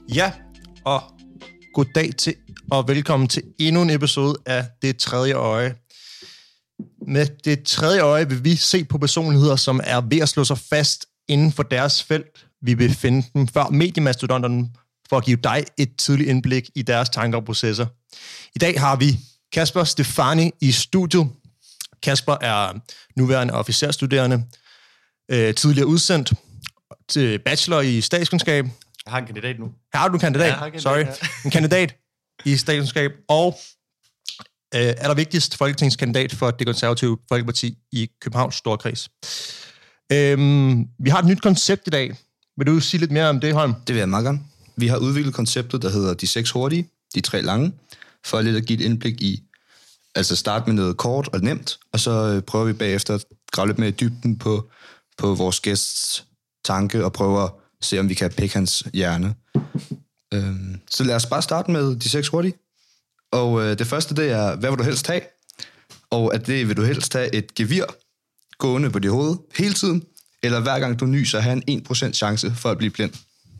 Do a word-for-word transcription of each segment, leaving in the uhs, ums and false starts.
Ja, og goddag til, og velkommen til endnu en episode af Det Tredje Øje. Med Det Tredje Øje vil vi se på personligheder, som er ved at slå sig fast inden for deres felt. Vi vil finde dem før mediemastodonterne for at give dig et tidligt indblik i deres tanker og processer. I dag har vi Kasper Stefani i studiet. Kasper er nuværende officerstuderende, øh, tidligere udsendt til bachelor i statskundskab. Jeg har en kandidat nu. Her har du en kandidat, ja, en sorry. Ja. En kandidat i statskundskab, og øh, allervigtigst folketingskandidat for Det Konservative Folkeparti i Københavns Storkreds. Øhm, vi har et nyt koncept i dag. Vil du sige lidt mere om det, Holm? Det vil jeg meget gerne. Vi har udviklet konceptet, der hedder de seks hurtige, de tre lange, for lidt at give et indblik i, altså starte med noget kort og nemt, og så prøver vi bagefter at grave lidt mere i dybden på, på vores gæsts tanke, og prøve at se, om vi kan pikke hans hjerne. Øhm, så lad os bare starte med de seks hurtige. Og øh, det første, det er, hvad vil du helst have? Og at det vil du helst have et gevir gående på dit hoved hele tiden, eller hver gang du nyser, have en en procent chance for at blive blind.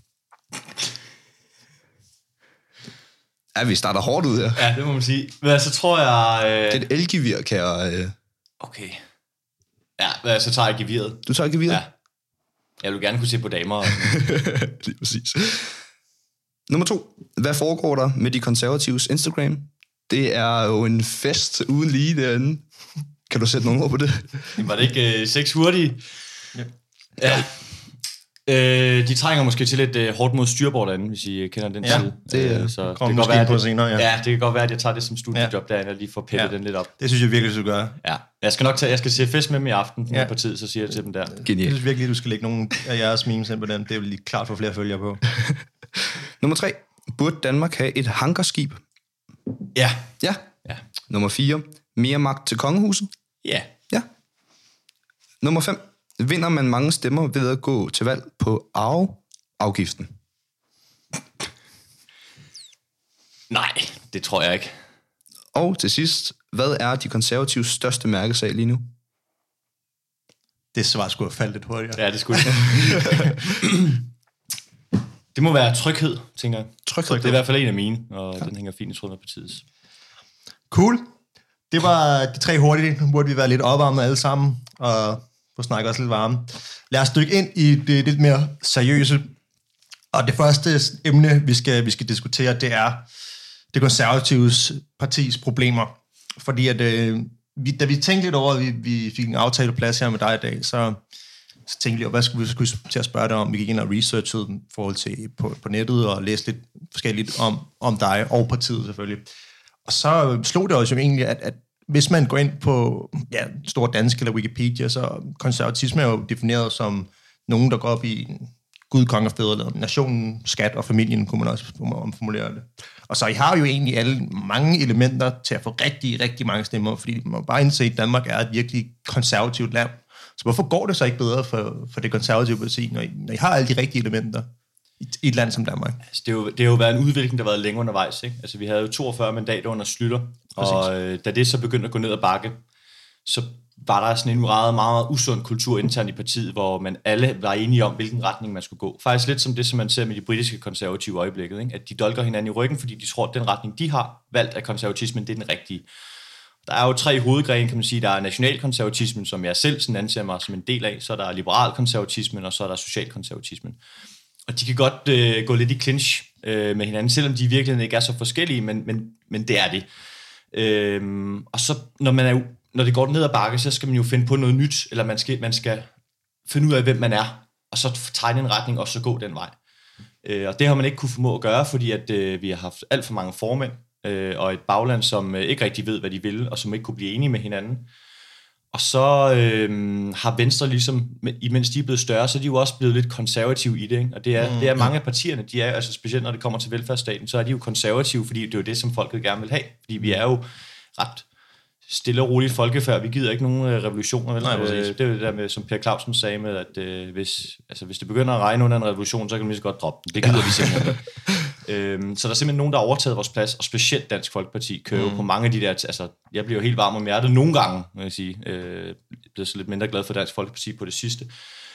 Ja, vi starter hårdt ud her. Ja, det må man sige. Men så tror jeg... Øh... Det er et elgevir, kan jeg... Øh... Okay. Ja, så tager jeg geviret. Du tager geviret? Ja. Jeg vil gerne kunne se på damer. Og lige præcis. Nummer to. Hvad foregår der med de konservatives Instagram? Det er jo en fest uden lige derinde. Kan du sætte nogle ord på det? Var det ikke øh, seks hurtige? Ja. ja. Øh, de trænger måske til lidt øh, hårdt mod styrbord derinde, hvis I kender den ja, side. det øh, så det kommer måske være, på senere, ja. Ja, det kan godt være, at jeg tager det som studiejob ja. derinde, og lige får peppet ja. den lidt op. Det synes jeg virkelig, du skal gøre. Ja, jeg skal nok tage, jeg skal se fest med dem i aften, ja. på tid, så siger jeg til dem der. Genial. Jeg synes virkelig, du skal lægge nogle af jeres memes ind på den. Det er jo lige klart for flere følgere på. Nummer tre. Burde Danmark have et hangarskib? Ja. Ja. ja. Nummer fire. Mere magt til kongehuset? Ja. Ja. Nummer fem. Vinder man mange stemmer ved at gå til valg på arveafgiften? Nej, det tror jeg ikke. Og til sidst, hvad er de konservatives største mærkesag lige nu? Det svar skulle have faldet lidt hurtigere. Ja, det skulle det. Det må være tryghed, tænker jeg. Tryghed. Det er i hvert fald en af mine, og ja. den hænger fint i tråd med partiets. Cool. Det var de tre hurtige. Nu burde vi være lidt opvarmet alle sammen, og få snakket os lidt varme. Lad os dykke ind i det lidt mere seriøse. Og det første emne, vi skal, vi skal diskutere, det er Det Konservatives partis problemer. Fordi at, øh, vi, da vi tænkte lidt over, at vi, vi fik en aftale på plads her med dig i dag, så, så tænkte vi, hvad skulle vi skulle til at spørge dig om? Vi gik ind og researchede i forhold til på, på nettet og læste lidt forskelligt om, om dig og partiet selvfølgelig. Og så slog det os jo egentlig, at, at hvis man går ind på ja, Store Danske eller Wikipedia, så konservatisme er jo defineret som nogen, der går op i Gud, konge og fædreland, nationen, skat og familien, kunne man også omformulere det. Og så I har jo egentlig alle mange elementer til at få rigtig, rigtig mange stemmer, fordi man må bare indse, at Danmark er et virkelig konservativt land. Så hvorfor går det så ikke bedre for, for det konservative parti, når I, når I har alle de rigtige elementer i, i et land som Danmark? Altså, det, er jo, det har jo været en udvikling, der har været længe undervejs. Ikke? Altså, vi havde jo toogfyrre mandater under Schlüter, og øh, da det så begyndte at gå ned ad bakke, så var der sådan en meget, meget usund kultur internt i partiet, hvor man alle var enige om, hvilken retning man skulle gå. Faktisk lidt som det, som man ser med de britiske konservative øjeblikket, ikke? At de dolker hinanden i ryggen, fordi de tror, at den retning, de har valgt af konservatismen, det er den rigtige. Der er jo tre hovedgrene, kan man sige. Der er nationalkonservatismen, som jeg selv sådan anser mig som en del af, så er der liberalkonservatismen, og så er der socialkonservatismen. Og de kan godt øh, gå lidt i clinch øh, med hinanden, selvom de i virkeligheden ikke er så forskellige, men, men, men det er det. Øh, og så, når man er Når det går ned ad bakke, så skal man jo finde på noget nyt, eller man skal, man skal finde ud af, hvem man er, og så tegne en retning, og så gå den vej. Øh, og det har man ikke kunne formå at gøre, fordi at, øh, vi har haft alt for mange formænd, øh, og et bagland, som øh, ikke rigtig ved, hvad de vil, og som ikke kunne blive enige med hinanden. Og så øh, har Venstre ligesom, imens de er blevet større, så er de jo også blevet lidt konservative i det. Ikke? Og det er, mm. det er mange af partierne, de er, altså specielt når det kommer til velfærdsstaten, så er de jo konservative, fordi det er jo det, som folket gerne vil have. Fordi vi er jo ret stille og roligt folkefærd. Vi gider ikke nogen øh, revolutioner. Vel? Nej, øh, det er jo det der med, som Per Clausen sagde med, at øh, hvis, altså, hvis det begynder at regne under en revolution, så kan man lige så godt droppe den. Det gider ja. vi simpelthen. øhm, så der er simpelthen nogen, der har overtaget vores plads, og specielt Dansk Folkeparti kører mm. på mange af de der... Altså, jeg bliver jo helt varm om hjertet nogle gange, må jeg sige. Øh, jeg bliver så lidt mindre glad for Dansk Folkeparti på det sidste.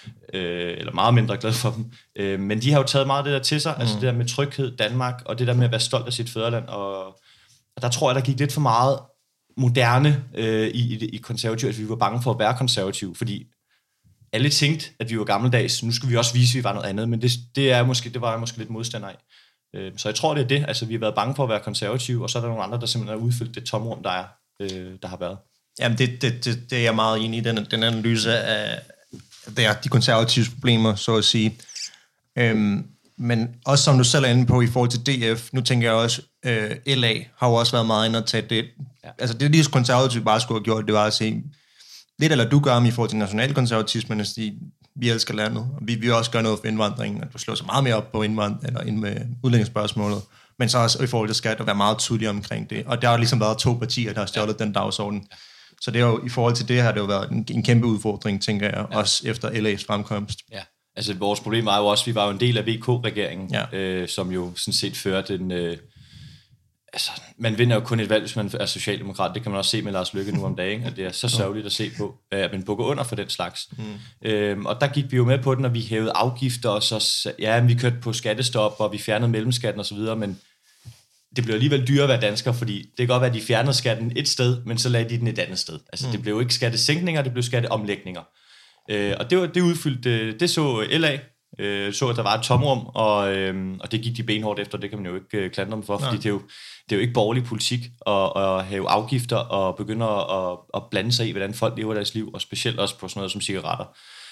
øh, eller meget mindre glad for dem. Øh, men de har jo taget meget af det der til sig, mm. altså det der med tryghed, Danmark, og det der med at være stolt af sit fædreland, og, og der tror jeg, der gik lidt for meget moderne øh, i, i, i konservativ, at vi var bange for at være konservativ, fordi alle tænkte, at vi var gammeldags, nu skulle vi også vise, at vi var noget andet, men det, det, er måske, det var jeg måske lidt modstander af. Øh, så jeg tror, det er det, altså vi har været bange for at være konservative, og så er der nogle andre, der simpelthen har udfyldt det tomrum, der, er, øh, der har været. Jamen, det, det, det, det er jeg meget enig i, den, den analyse af det er de konservative problemer, så at sige. Øhm, men også som du selv er inde på i forhold til D F, nu tænker jeg også, øh, L A har jo også været meget inde at tage det. Ja. Altså det, de konservative bare skulle have gjort, det var at se lidt, eller du gør, i forhold til nationalkonservatismen, at sige, vi elsker landet, og vi vil også gøre noget for indvandringen, at du slår så meget mere op på indvandring, eller ind med udlændingsspørgsmålet, men så også i forhold til skat, at være meget tydelig omkring det. Og der har ligesom været to partier, der har stjålet ja. den dagsorden. Så det er jo, i forhold til det har det jo været en, en kæmpe udfordring, tænker jeg, ja. også efter L A's fremkomst. Ja, altså vores problem var jo også, vi var jo en del af V K-regeringen, ja. øh, som jo sådan set førte en... Øh, altså, man vinder jo kun et valg, hvis man er socialdemokrat. Det kan man også se med Lars Løkke nu om dagen, og det er så sørgeligt at se på, at man bukker under for den slags. Mm. Øhm, og der gik vi jo med på den, og vi hævede afgifter, og så, ja, vi kørte på skattestop, og vi fjernede mellemskatten osv., men det blev alligevel dyrere at være dansker, fordi det kan godt være, at de fjernede skatten et sted, men så lagde de den et andet sted. Altså, mm. det blev jo ikke skattesænkninger, det blev skatteomlægninger. Øh, og det, var, det udfyldte, det så L A, øh, så at der var et tomrum, og, øh, og det gik de benhårdt efter, det kan man jo ikke øh, klandre dem for, fordi det er, jo, det er jo ikke borgerlig politik at, at have afgifter og begynde at, at, at blande sig i, hvordan folk lever deres liv, og specielt også på sådan noget som cigaretter.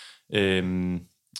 Øh,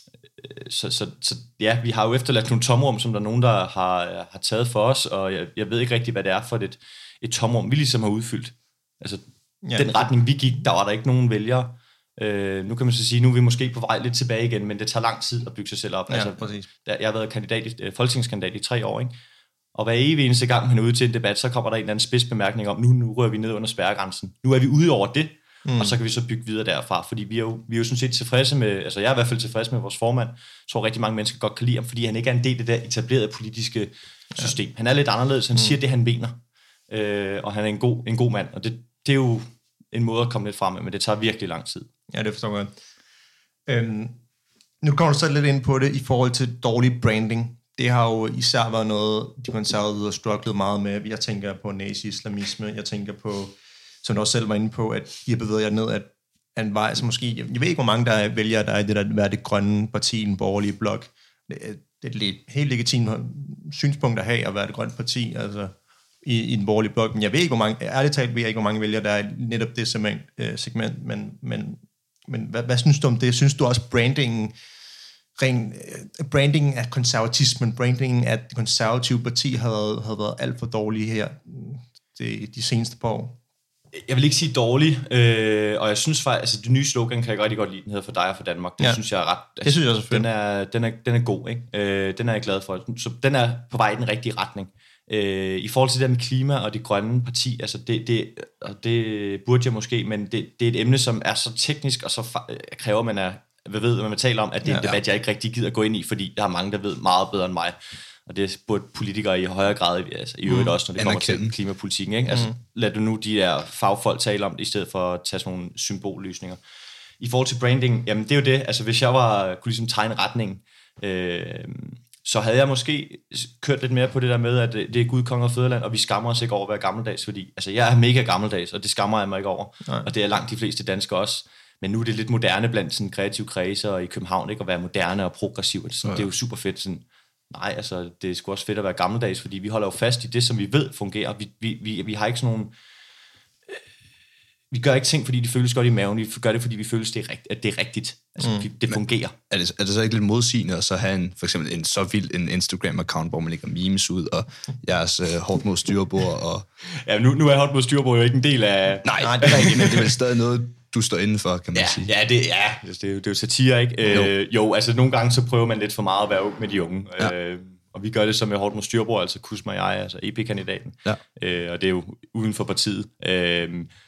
Så, så, så ja, vi har jo efterladt nogle tomrum, som der er nogen, der har, har taget for os, og jeg, jeg ved ikke rigtig, hvad det er for et, et tomrum, vi ligesom har udfyldt. Altså, ja, den retning, vi gik, der var der ikke nogen vælgere. Øh, nu kan man så sige, nu er vi måske på vej lidt tilbage igen, men det tager lang tid at bygge sig selv op. Ja, altså, præcis. Der, jeg har været kandidat i, folketingskandidat i tre år, ikke? Og hver evig eneste gang, man er ude til en debat, så kommer der en eller anden spidsbemærkning om, nu, nu rører vi ned under spærregrænsen. Nu er vi ude over det. Mm. Og så kan vi så bygge videre derfra, fordi vi er jo, vi er jo sådan set tilfredse med, altså jeg er i hvert fald tilfreds med vores formand. Jeg tror rigtig mange mennesker godt kan lide ham, fordi han ikke er en del af det der etablerede politiske system. Ja. Han er lidt anderledes, han mm. siger det, han mener, øh, og han er en god, en god mand, og det, det er jo en måde at komme lidt frem med, men det tager virkelig lang tid. Ja, det forstår jeg. Øhm, nu kommer du så lidt ind på det i forhold til dårlig branding. Det har jo især været noget, de konservative har strugglet meget med. Jeg tænker på nazi-islamisme, jeg tænker på, som du også selv var inde på, at I har bevæget jer ned af en vej, så måske, jeg ved ikke, hvor mange der vælger, der er det der være det grønne parti, den borgerlige blok. Det er, det er et helt legitimt synspunkt at have, at være det grønne parti, altså i, i den borgerlige blok. Men jeg ved ikke, hvor mange, ærligt talt ved jeg ikke, hvor mange vælger, der er netop det segment, øh, segment men, men, men hvad, hvad synes du om det? Synes du også brandingen, ren, brandingen af konservatismen, brandingen af det konservative parti har været, har været alt for dårlige her de, de seneste par år? Jeg vil ikke sige dårlig, øh, og jeg synes faktisk, altså det nye slogan kan jeg rigtig godt lide, den hedder For dig og for Danmark. Det ja. synes jeg er ret... Altså, det synes jeg også er den er, den, er, den er god, ikke? Øh, den er jeg glad for. Så den er på vej i den rigtige retning. Øh, I forhold til det med klima og det grønne parti, altså det, det, det burde jeg måske, men det, det er et emne, som er så teknisk, og så fa- kræver man at ved, hvad man taler om, at det er en ja, debat, jeg ikke rigtig gider gå ind i, fordi der er mange, der ved meget bedre end mig. Og det burde politikere i højere grad, altså i øvrigt også, når det kommer til klimapolitikken, ikke? Altså, mm. lad du nu de der fagfolk tale om det, i stedet for at tage sådan nogle symbolløsninger. I forhold til branding, jamen det er jo det, altså hvis jeg var, kunne ligesom tegne retningen, øh, så havde jeg måske kørt lidt mere på det der med, at det er Gud, konge og fædreland, og vi skammer os ikke over at være gammeldags, fordi altså jeg er mega gammeldags, og det skammer jeg mig ikke over, nej. Og det er langt de fleste danskere også. Men nu er det lidt moderne blandt sådan kreative kredser og i København, ikke, at være moderne og progressiv, det, sådan, ja. Det er jo super fedt sådan. Nej, altså, det er sgu også fedt at være gammeldags, fordi vi holder jo fast i det, som vi ved fungerer. Vi, vi, vi, vi har ikke sådan nogle... Øh, vi gør ikke ting, fordi de føles godt i maven. Vi gør det, fordi vi føles, det er rigt, at det er rigtigt. Altså, mm. vi, det fungerer. Er det, er det så ikke lidt modsigende at så have en, for eksempel en så vild en Instagram-account, hvor man lægger memes ud, og jeres øh, hårdt mod styrbord, og... Ja, nu, nu er hårdt mod styrbord jo ikke en del af... Nej, Nej det er ikke, men det er vel stadig noget... du står indenfor, kan man ja, sige. Ja, det, ja det, er jo, det er jo satire, ikke? Jo. Øh, jo, altså nogle gange så prøver man lidt for meget at være med de unge. Ja. Øh, og vi gør det som med hårdt mod styrbord, altså Kusma og jeg, altså E P-kandidaten. Ja. Øh, og det er jo uden for partiet. Øh,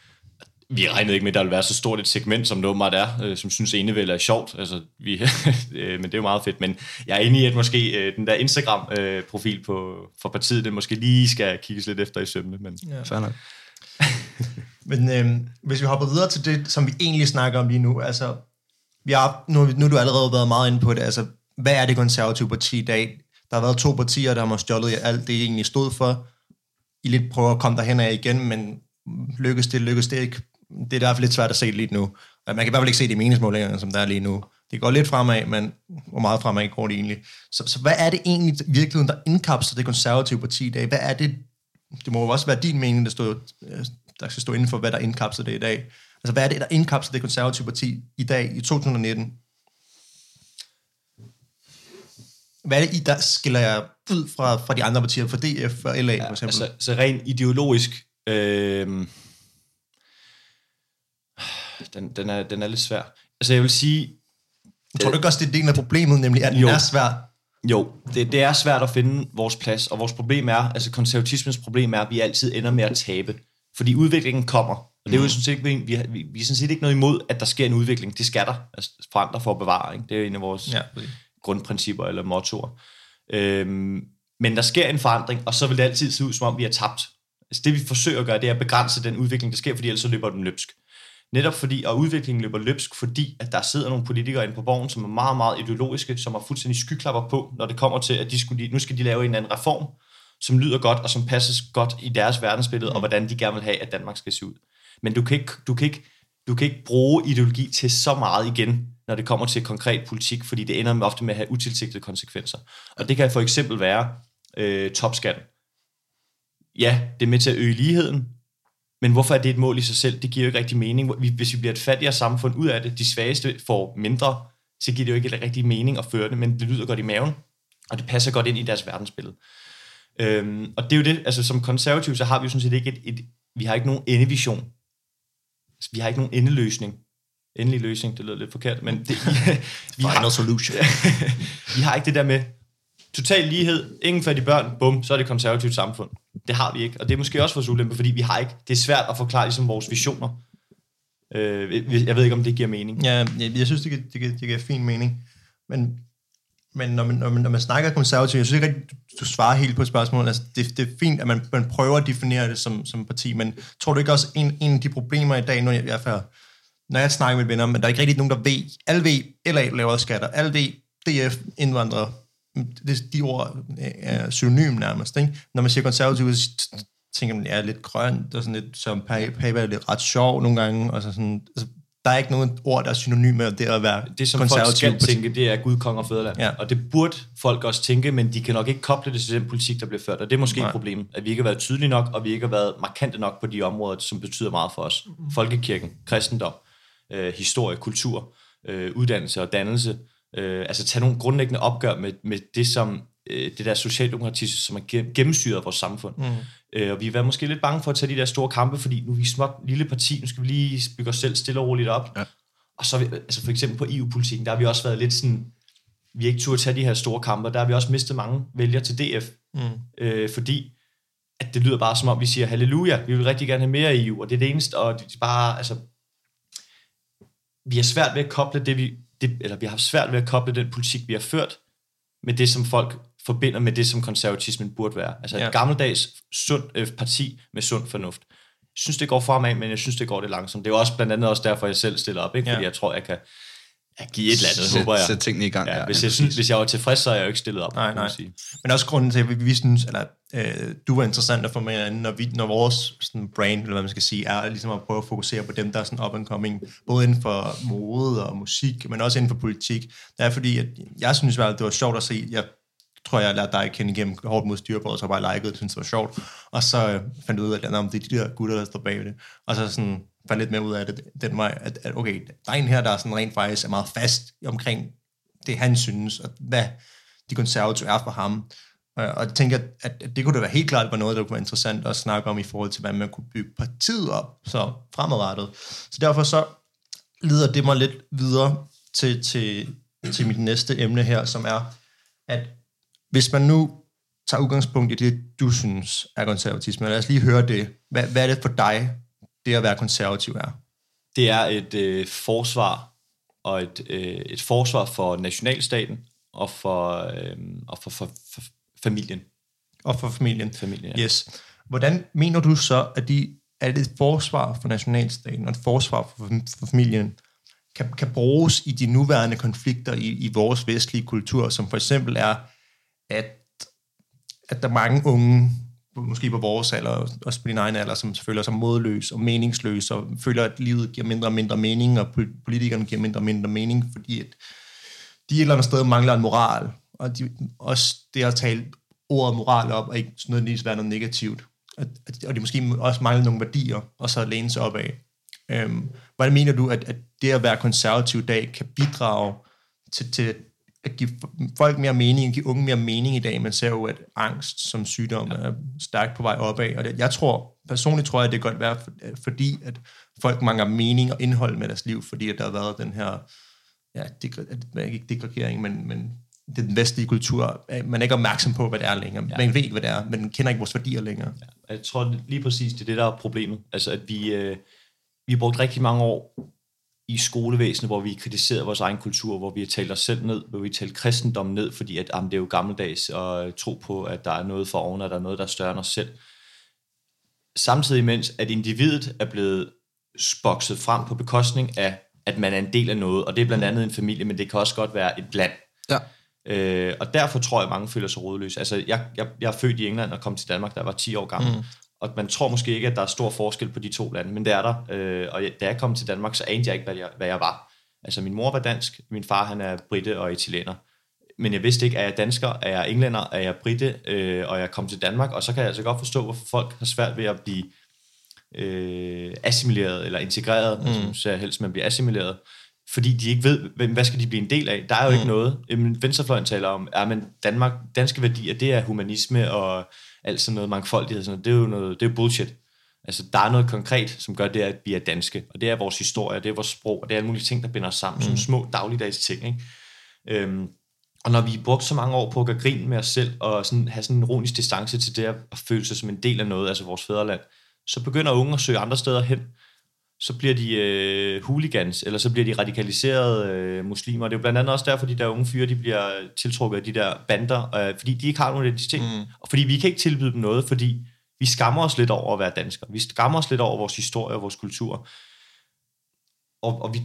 vi regnede ikke med, at der ville være så stort et segment, som det åbenbart er, øh, som synes enevælde er sjovt. Altså, vi, øh, men det er jo meget fedt. Men jeg er enig i, at måske øh, den der Instagram-profil øh, på, for partiet, det måske lige skal kigges lidt efter i sømne. Men... Ja, fair nok. Men øh, hvis vi hopper videre til det, som vi egentlig snakker om lige nu, altså vi har, nu, nu har du allerede været meget inde på det, altså, hvad er det konservative parti i dag? Der har været to partier, der har stjålet alt det, I egentlig stod for. I lidt prøver at komme derhen af igen, men lykkes det, lykkes det ikke. Det er i hvert fald lidt svært at se lige nu. Man kan i hvert fald ikke se de meningsmålinger, som der er lige nu. Det går lidt fremad, men hvor meget fremad går det egentlig? Så, så hvad er det egentlig virkeligheden, der indkapsler det konservative parti i dag? Hvad er det? Det må jo også være din mening, der, stod, der skal stå inden for, hvad der indkapsler det i dag. Altså, hvad er det, der indkapsler det konservative parti i dag, i to tusind nitten? Hvad er det, I, der skiller jer ud fra, fra de andre partier, fra D F og L A, ja, for eksempel? Altså, så rent ideologisk, øh, den, den, er, den er lidt svær. Altså, jeg vil sige... Jeg tror du ikke også, det er delen af problemet, nemlig at den jo, er svær? Jo, det, det er svært at finde vores plads, og vores problem er, altså konservatismens problem er, at vi altid ender med at tabe. Fordi udviklingen kommer, og det er jo sådan set ikke, vi, vi, vi er sådan set ikke noget imod, at der sker en udvikling. Det skal der, altså forandre for at bevare, ikke? Det er en af vores ja. grundprincipper eller mottoer. Øhm, men der sker en forandring, og så vil det altid se ud, som om vi har tabt. Altså det vi forsøger at gøre, det er at begrænse den udvikling, der sker, fordi ellers så løber den løbsk. Netop fordi, og udviklingen løber løbsk, fordi at der sidder nogle politikere inde på borgen, som er meget, meget ideologiske, som har fuldstændig skyklapper på, når det kommer til, at de skulle, nu skal de lave en anden reform, som lyder godt, og som passer godt i deres verdensbillede, og hvordan de gerne vil have, at Danmark skal se ud. Men du kan ikke, du kan ikke, du kan ikke bruge ideologi til så meget igen, når det kommer til konkret politik, fordi det ender med ofte med at have utilsigtede konsekvenser. Og det kan for eksempel være øh, topskatten. Ja, det er med til at øge ligheden, men hvorfor er det et mål i sig selv? Det giver jo ikke rigtig mening. Hvis vi bliver et fattigere samfund ud af det, de svageste får mindre, så giver det jo ikke rigtig mening at føre det, men det lyder godt i maven, og det passer godt ind i deres verdensbillede. Øhm, og det er jo det, altså som konservative, så har vi jo sådan set ikke et, et vi har ikke nogen endevision. Vi har ikke nogen endeløsning. Endelig løsning, det lyder lidt forkert, men det, vi, har, solution. vi har ikke det der med total lighed, ingen fattige børn, bum, så er det konservativt samfund. Det har vi ikke, og det er måske også vores ulempe, fordi vi har ikke, det er svært at forklare ligesom vores visioner. Øh, jeg ved ikke, om det giver mening. Ja, jeg, jeg synes, det giver, det, giver, det giver fin mening, men, men når, man, når, man, når man snakker konservativt, jeg synes ikke, at du, du svarer helt på spørgsmålet. Altså, det, det er fint, at man, man prøver at definere det som, som parti, men tror du ikke også, en, en af de problemer i dag, når jeg, i hvert fald, når jeg snakker med venner, men der er ikke rigtig nogen, der ved, alle ved, L A laver skatter, alle ved, D F, indvandrere, det, de ord er synonym nærmest, ikke? Når man siger konservativt, så tænker man, ja, lidt grønt, og sådan lidt, som Pape er lidt ret sjov nogle gange, og så sådan, altså, der er ikke nogen ord, der er synonym med det at være det, som folk skal tænke, det er Gud, konge og fædreland. Ja. Og det burde folk også tænke, men de kan nok ikke koble det til den politik, der bliver ført. Og det er måske et problem, at vi ikke har været tydelige nok, og vi ikke har været markante nok på de områder, som betyder meget for os. Mm. Folkekirken, kristendom, øh, historie, kultur, øh, uddannelse og dannelse. Øh, altså tage nogle grundlæggende opgør med, med det, som øh, det der socialdemokratiske, som er gennemsyret vores samfund. Mm. Øh, og vi har været måske lidt bange for at tage de der store kampe, fordi nu er vi et småt lille parti, nu skal vi lige bygge os selv stille og roligt op. Ja. Og så altså for eksempel på E U-politikken, der har vi også været lidt sådan, vi har ikke turde tage de her store kampe, der har vi også mistet mange vælgere til D F, mm. øh, fordi at det lyder bare som om, vi siger halleluja, vi vil rigtig gerne have mere E U, og det er det eneste, og det er bare, altså, vi har svært ved at koble det, vi, det, eller vi har svært ved at koble den politik, vi har ført, med det, som folk forbinder med det, som konservatismen burde være. Altså ja. Et gammeldags sund øh, parti med sund fornuft. Jeg synes, det går fremad, men jeg synes, det går det langsomt. Det er jo også blandt andet også derfor, jeg selv stiller op, ikke? Fordi ja. Jeg tror, jeg kan jeg give et eller andet, sæt, håber jeg. Sæt tingene i gang. Ja, hvis, jeg synes, hvis jeg var tilfreds, så er jeg jo ikke stillet op. Nej, nej. Sige. Men også grunden til, at vi, vi synes, eller øh, du var interessant at få med, når, vi, når vores sådan, brand, eller hvad man skal sige, er ligesom at prøve at fokusere på dem, der er sådan up and coming, både inden for mode og musik, men også inden for politik. Det er fordi, at jeg synes, at det var sjovt at se, jeg tror, jeg lærte dig at kende igennem hårdt mod styrbord, så bare likede det, synes det var sjovt. Og så øh, fandt jeg ud af, at det er de der gutter, der står bag det. Og så sådan, fandt lidt mere ud af det den vej, at, at okay, der er en her, der er sådan rent faktisk er meget fast omkring det, han synes, og hvad de konservative er for ham. Og jeg tænker, at, at det kunne da være helt klart var noget, der kunne være interessant at snakke om i forhold til, hvad man kunne bygge partiet op, så fremadrettet. Så derfor så leder det mig lidt videre til, til, til mit næste emne her, som er, at hvis man nu tager udgangspunkt i det, du synes er konservatisme, lad os lige høre det. Hvad, hvad er det for dig, det at være konservativ er? Det er et øh, forsvar, og et, øh, et forsvar for nationalstaten, og for, øh, og for, for, for familien. Og for familien. familien ja. Yes. Hvordan mener du så, at de, er det et forsvar for nationalstaten, og et forsvar for, for familien? kan, kan bruges i de nuværende konflikter i, i vores vestlige kultur, som for eksempel er, at, at der er mange unge, måske på vores alder, også på din egen alder, som føler sig modløs og meningsløs, og føler, at livet giver mindre og mindre mening, og politikerne giver mindre og mindre mening, fordi at de et eller andet sted mangler en moral, og de, også det at tale ordet moral op, og ikke nødvendigvis være noget negativt, og, og de måske også mangler nogle værdier, og så læne sig op af. Øhm, hvordan mener du, at, at det at være konservativ i dag kan bidrage til, til at give folk mere mening, give unge mere mening i dag? Man ser jo, at angst som sygdom er stærkt på vej opad, og det, jeg tror, personligt tror jeg, at det kan godt være, fordi at folk mangler mening og indhold med deres liv, fordi at der har været den her, ja, det, ikke degradering, men, men den vestlige kultur, man er ikke opmærksom på, hvad det er længere. Ja. Man ved ikke, hvad det er, men man kender ikke vores værdier længere. Ja. Jeg tror lige præcis, det er det, der er problemet. Altså, at vi, øh, vi har brugt rigtig mange år i skolevæsenet, hvor vi kritiserede vores egen kultur, hvor vi har talt os selv ned, hvor vi har talt kristendommen ned, fordi at, jamen, det er jo gammeldags at tro på, at der er noget for oven, at der er noget, der er større end os selv. Samtidig mens, at individet er blevet bokset frem på bekostning af, at man er en del af noget, og det er blandt andet en familie, men det kan også godt være et land. Ja. Øh, og derfor tror jeg, at mange føler sig rodløse. Altså, jeg, jeg, jeg er født i England og kom til Danmark, da jeg var ti år gammel. Mm. Og man tror måske ikke, at der er stor forskel på de to lande, men det er der. Øh, og da jeg kom til Danmark, så anede jeg ikke, hvad jeg, hvad jeg var. Altså, min mor var dansk, min far han er brite og italiener. Men jeg vidste ikke, er jeg dansker, er jeg englænder, er jeg brite, øh, og jeg kom til Danmark. Og så kan jeg altså godt forstå, hvorfor folk har svært ved at blive øh, assimileret eller integreret. Mm. Altså, så jeg helst, man bliver assimileret. Fordi de ikke ved, hvad skal de blive en del af. Der er jo mm. ikke noget. Venstrefløjen taler om, at ja, Danmark, danske værdier, det er humanisme og alt sådan noget mangfoldighed. Sådan noget. Det er jo noget, det er bullshit. Altså, der er noget konkret, som gør det, at vi er danske. Og det er vores historie, det er vores sprog, og det er alle mulige ting, der binder os sammen. Mm. Sådan små dagligdags ting, ikke? Øhm, og når vi har brugt så mange år på at gøre grin med os selv, og sådan, have sådan en ironisk distance til det at føle sig som en del af noget, altså vores fædreland, så begynder unge at søge andre steder hen. Så bliver de øh, hooligans, eller så bliver de radikaliserede øh, muslimer. Det er jo blandt andet også derfor, de der unge fyre, de bliver tiltrukket af de der bander, øh, fordi de ikke har nogen identitet. Mm. Og fordi vi kan ikke tilbyde dem noget, fordi vi skammer os lidt over at være danskere. Vi skammer os lidt over vores historie og vores kultur. Og, og vi,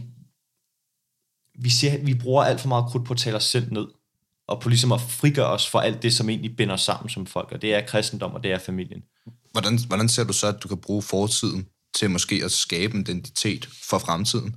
vi, ser, vi bruger alt for meget krudt på at tale os selv ned, og på ligesom at frigøre os for alt det, som egentlig binder os sammen som folk. Og det er kristendom, og det er familien. Hvordan, hvordan ser du så, at du kan bruge fortiden til måske at skabe en identitet for fremtiden?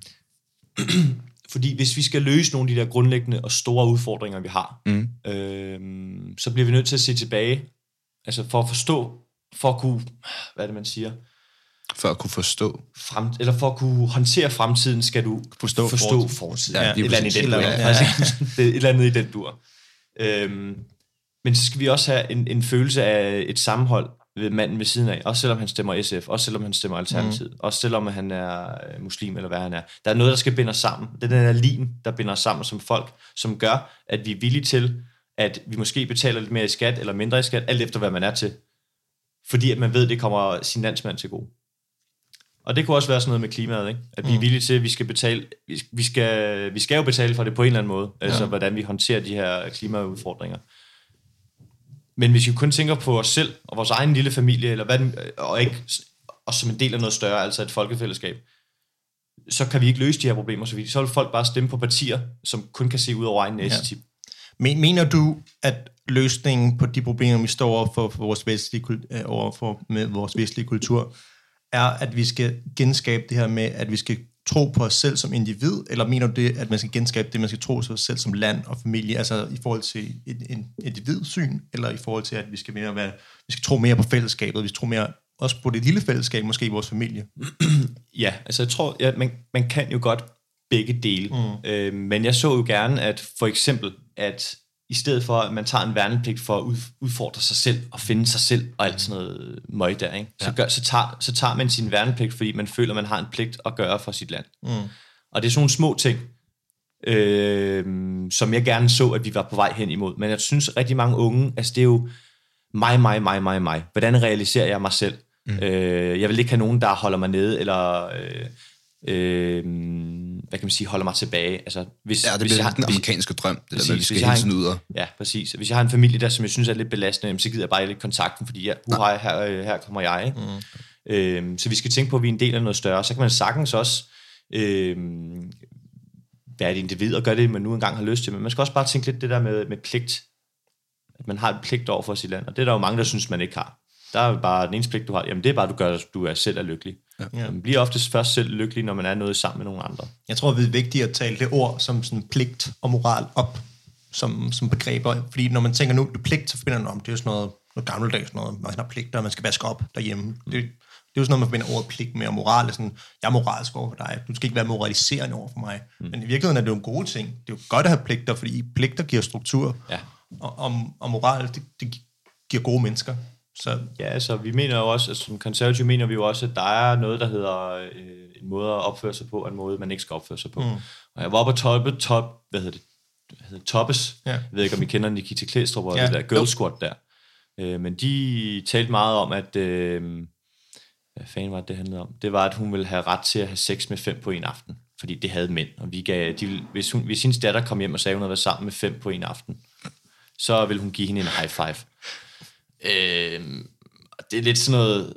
Fordi hvis vi skal løse nogle af de der grundlæggende og store udfordringer, vi har, mm. øh, så bliver vi nødt til at se tilbage, altså for at forstå, for at kunne, hvad er det, man siger? For at kunne forstå. Frem, eller for at kunne håndtere fremtiden, skal du forstå, forstå fortiden. Ja, et, eller andet i den dur. Ja, ja. Et eller andet i den dur. Øhm, men så skal vi også have en, en følelse af et sammenhold ved manden ved siden af, også selvom han stemmer S F, også selvom han stemmer Alternativet, mm. også selvom han er muslim, eller hvad han er. Der er noget, der skal binde os sammen. Det er den her lim, der binder os sammen som folk, som gør, at vi er villige til, at vi måske betaler lidt mere i skat, eller mindre i skat, alt efter hvad man er til. Fordi at man ved, at det kommer sin landsmand til gode. Og det kunne også være sådan noget med klimaet, ikke? At vi er villige til, at vi skal betale, vi skal, vi skal jo betale for det på en eller anden måde, ja. Altså hvordan vi håndterer de her klimaudfordringer. Men hvis vi kun tænker på os selv og vores egen lille familie, eller hvad, og ikke og som en del af noget større, altså et folkefællesskab, så kan vi ikke løse de her problemer så vidt. Så vil folk bare stemme på partier, som kun kan se ud over egen næsetip. Ja. Men mener du, at løsningen på de problemer, vi står over for, for vores vestlige, over for med vores vestlige kultur, er, at vi skal genskabe det her med, at vi skal tro på os selv som individ, eller mener du det, at man skal genskabe det, man skal tro på sig selv som land og familie, altså i forhold til et, en individsyn, eller i forhold til, at vi skal, mere være, vi skal tro mere på fællesskabet, vi skal tro mere også på det lille fællesskab, måske i vores familie? Ja, altså jeg tror, ja, man, man kan jo godt begge dele, mm. øh, men jeg så jo gerne, at for eksempel, at i stedet for, at man tager en værnepligt for at udfordre sig selv og finde sig selv og alt sådan noget møg der, ikke? Så, gør, så, tager, så tager man sin værnepligt, fordi man føler, man har en pligt at gøre for sit land. Mm. Og det er sådan nogle små ting, øh, som jeg gerne så, at vi var på vej hen imod. Men jeg synes, rigtig mange unge, altså det er jo mig, mig, mig, mig, mig. Hvordan realiserer jeg mig selv? Mm. Øh, jeg vil ikke have nogen, der holder mig nede, eller... Øh, Øh, hvad kan man sige, holder mig tilbage. Altså, hvis, ja, det hvis bliver jeg har, den amerikanske drøm, det præcis, der, vi skal hele tiden ud af. Ja, præcis. Hvis jeg har en familie der, som jeg synes er lidt belastende, så gider jeg bare lidt kontakten, fordi ja, uha, her, her kommer jeg. Ikke? Mm. Øh, så vi skal tænke på, at vi er en del af noget større. Så kan man sagtens også øh, være et individ og gøre det, man nu engang har lyst til. Men man skal også bare tænke lidt det der med, med pligt. At man har en pligt over for sit land, og det er der jo mange, der synes, man ikke har. Der er jo bare den eneste pligt, du har. Jamen det er bare, du gør, at du er selv er lykkelig. Ja. Man bliver oftest først selv lykkelig, når man er noget sammen med nogle andre. Jeg tror, det er vigtigt at tale det ord som sådan pligt og moral op som, som begreber. Fordi når man tænker nu, det pligt, så finder man om, det er jo sådan noget, noget gammeldags noget. Man har pligter, og man skal vaske op derhjemme. Mm. Det, det er jo sådan noget, man forbinder ordet pligt med, og moral er sådan, jeg er moralsk over for dig. Du skal ikke være moraliserende over for mig. Mm. Men i virkeligheden er det jo en god ting. Det er jo godt at have pligter, fordi pligter giver struktur. Ja. Og, og, og moral, det, det giver gode mennesker. Så. Ja, altså vi mener jo også, altså som konservative mener vi jo også, at der er noget, der hedder øh, en måde at opføre sig på, og en måde, man ikke skal opføre sig på. Mm. Og jeg var oppe på toppe, top, hvad hedder det, hvad hedder det? Toppes, ja. Jeg ved ikke, om I kender Nikita Klæstrup og ja. Det der girl squad der. Øh, men de talte meget om, at, øh, hvad fanden var det, det handlede om? Det var, at hun ville have ret til at have sex med fem på en aften, fordi det havde mænd. Og vi gav, de, hvis, hun, hvis hendes datter kom hjem og sagde, at hun havde været sammen med fem på en aften, så ville hun give hende en high five. Øh, det er lidt sådan noget...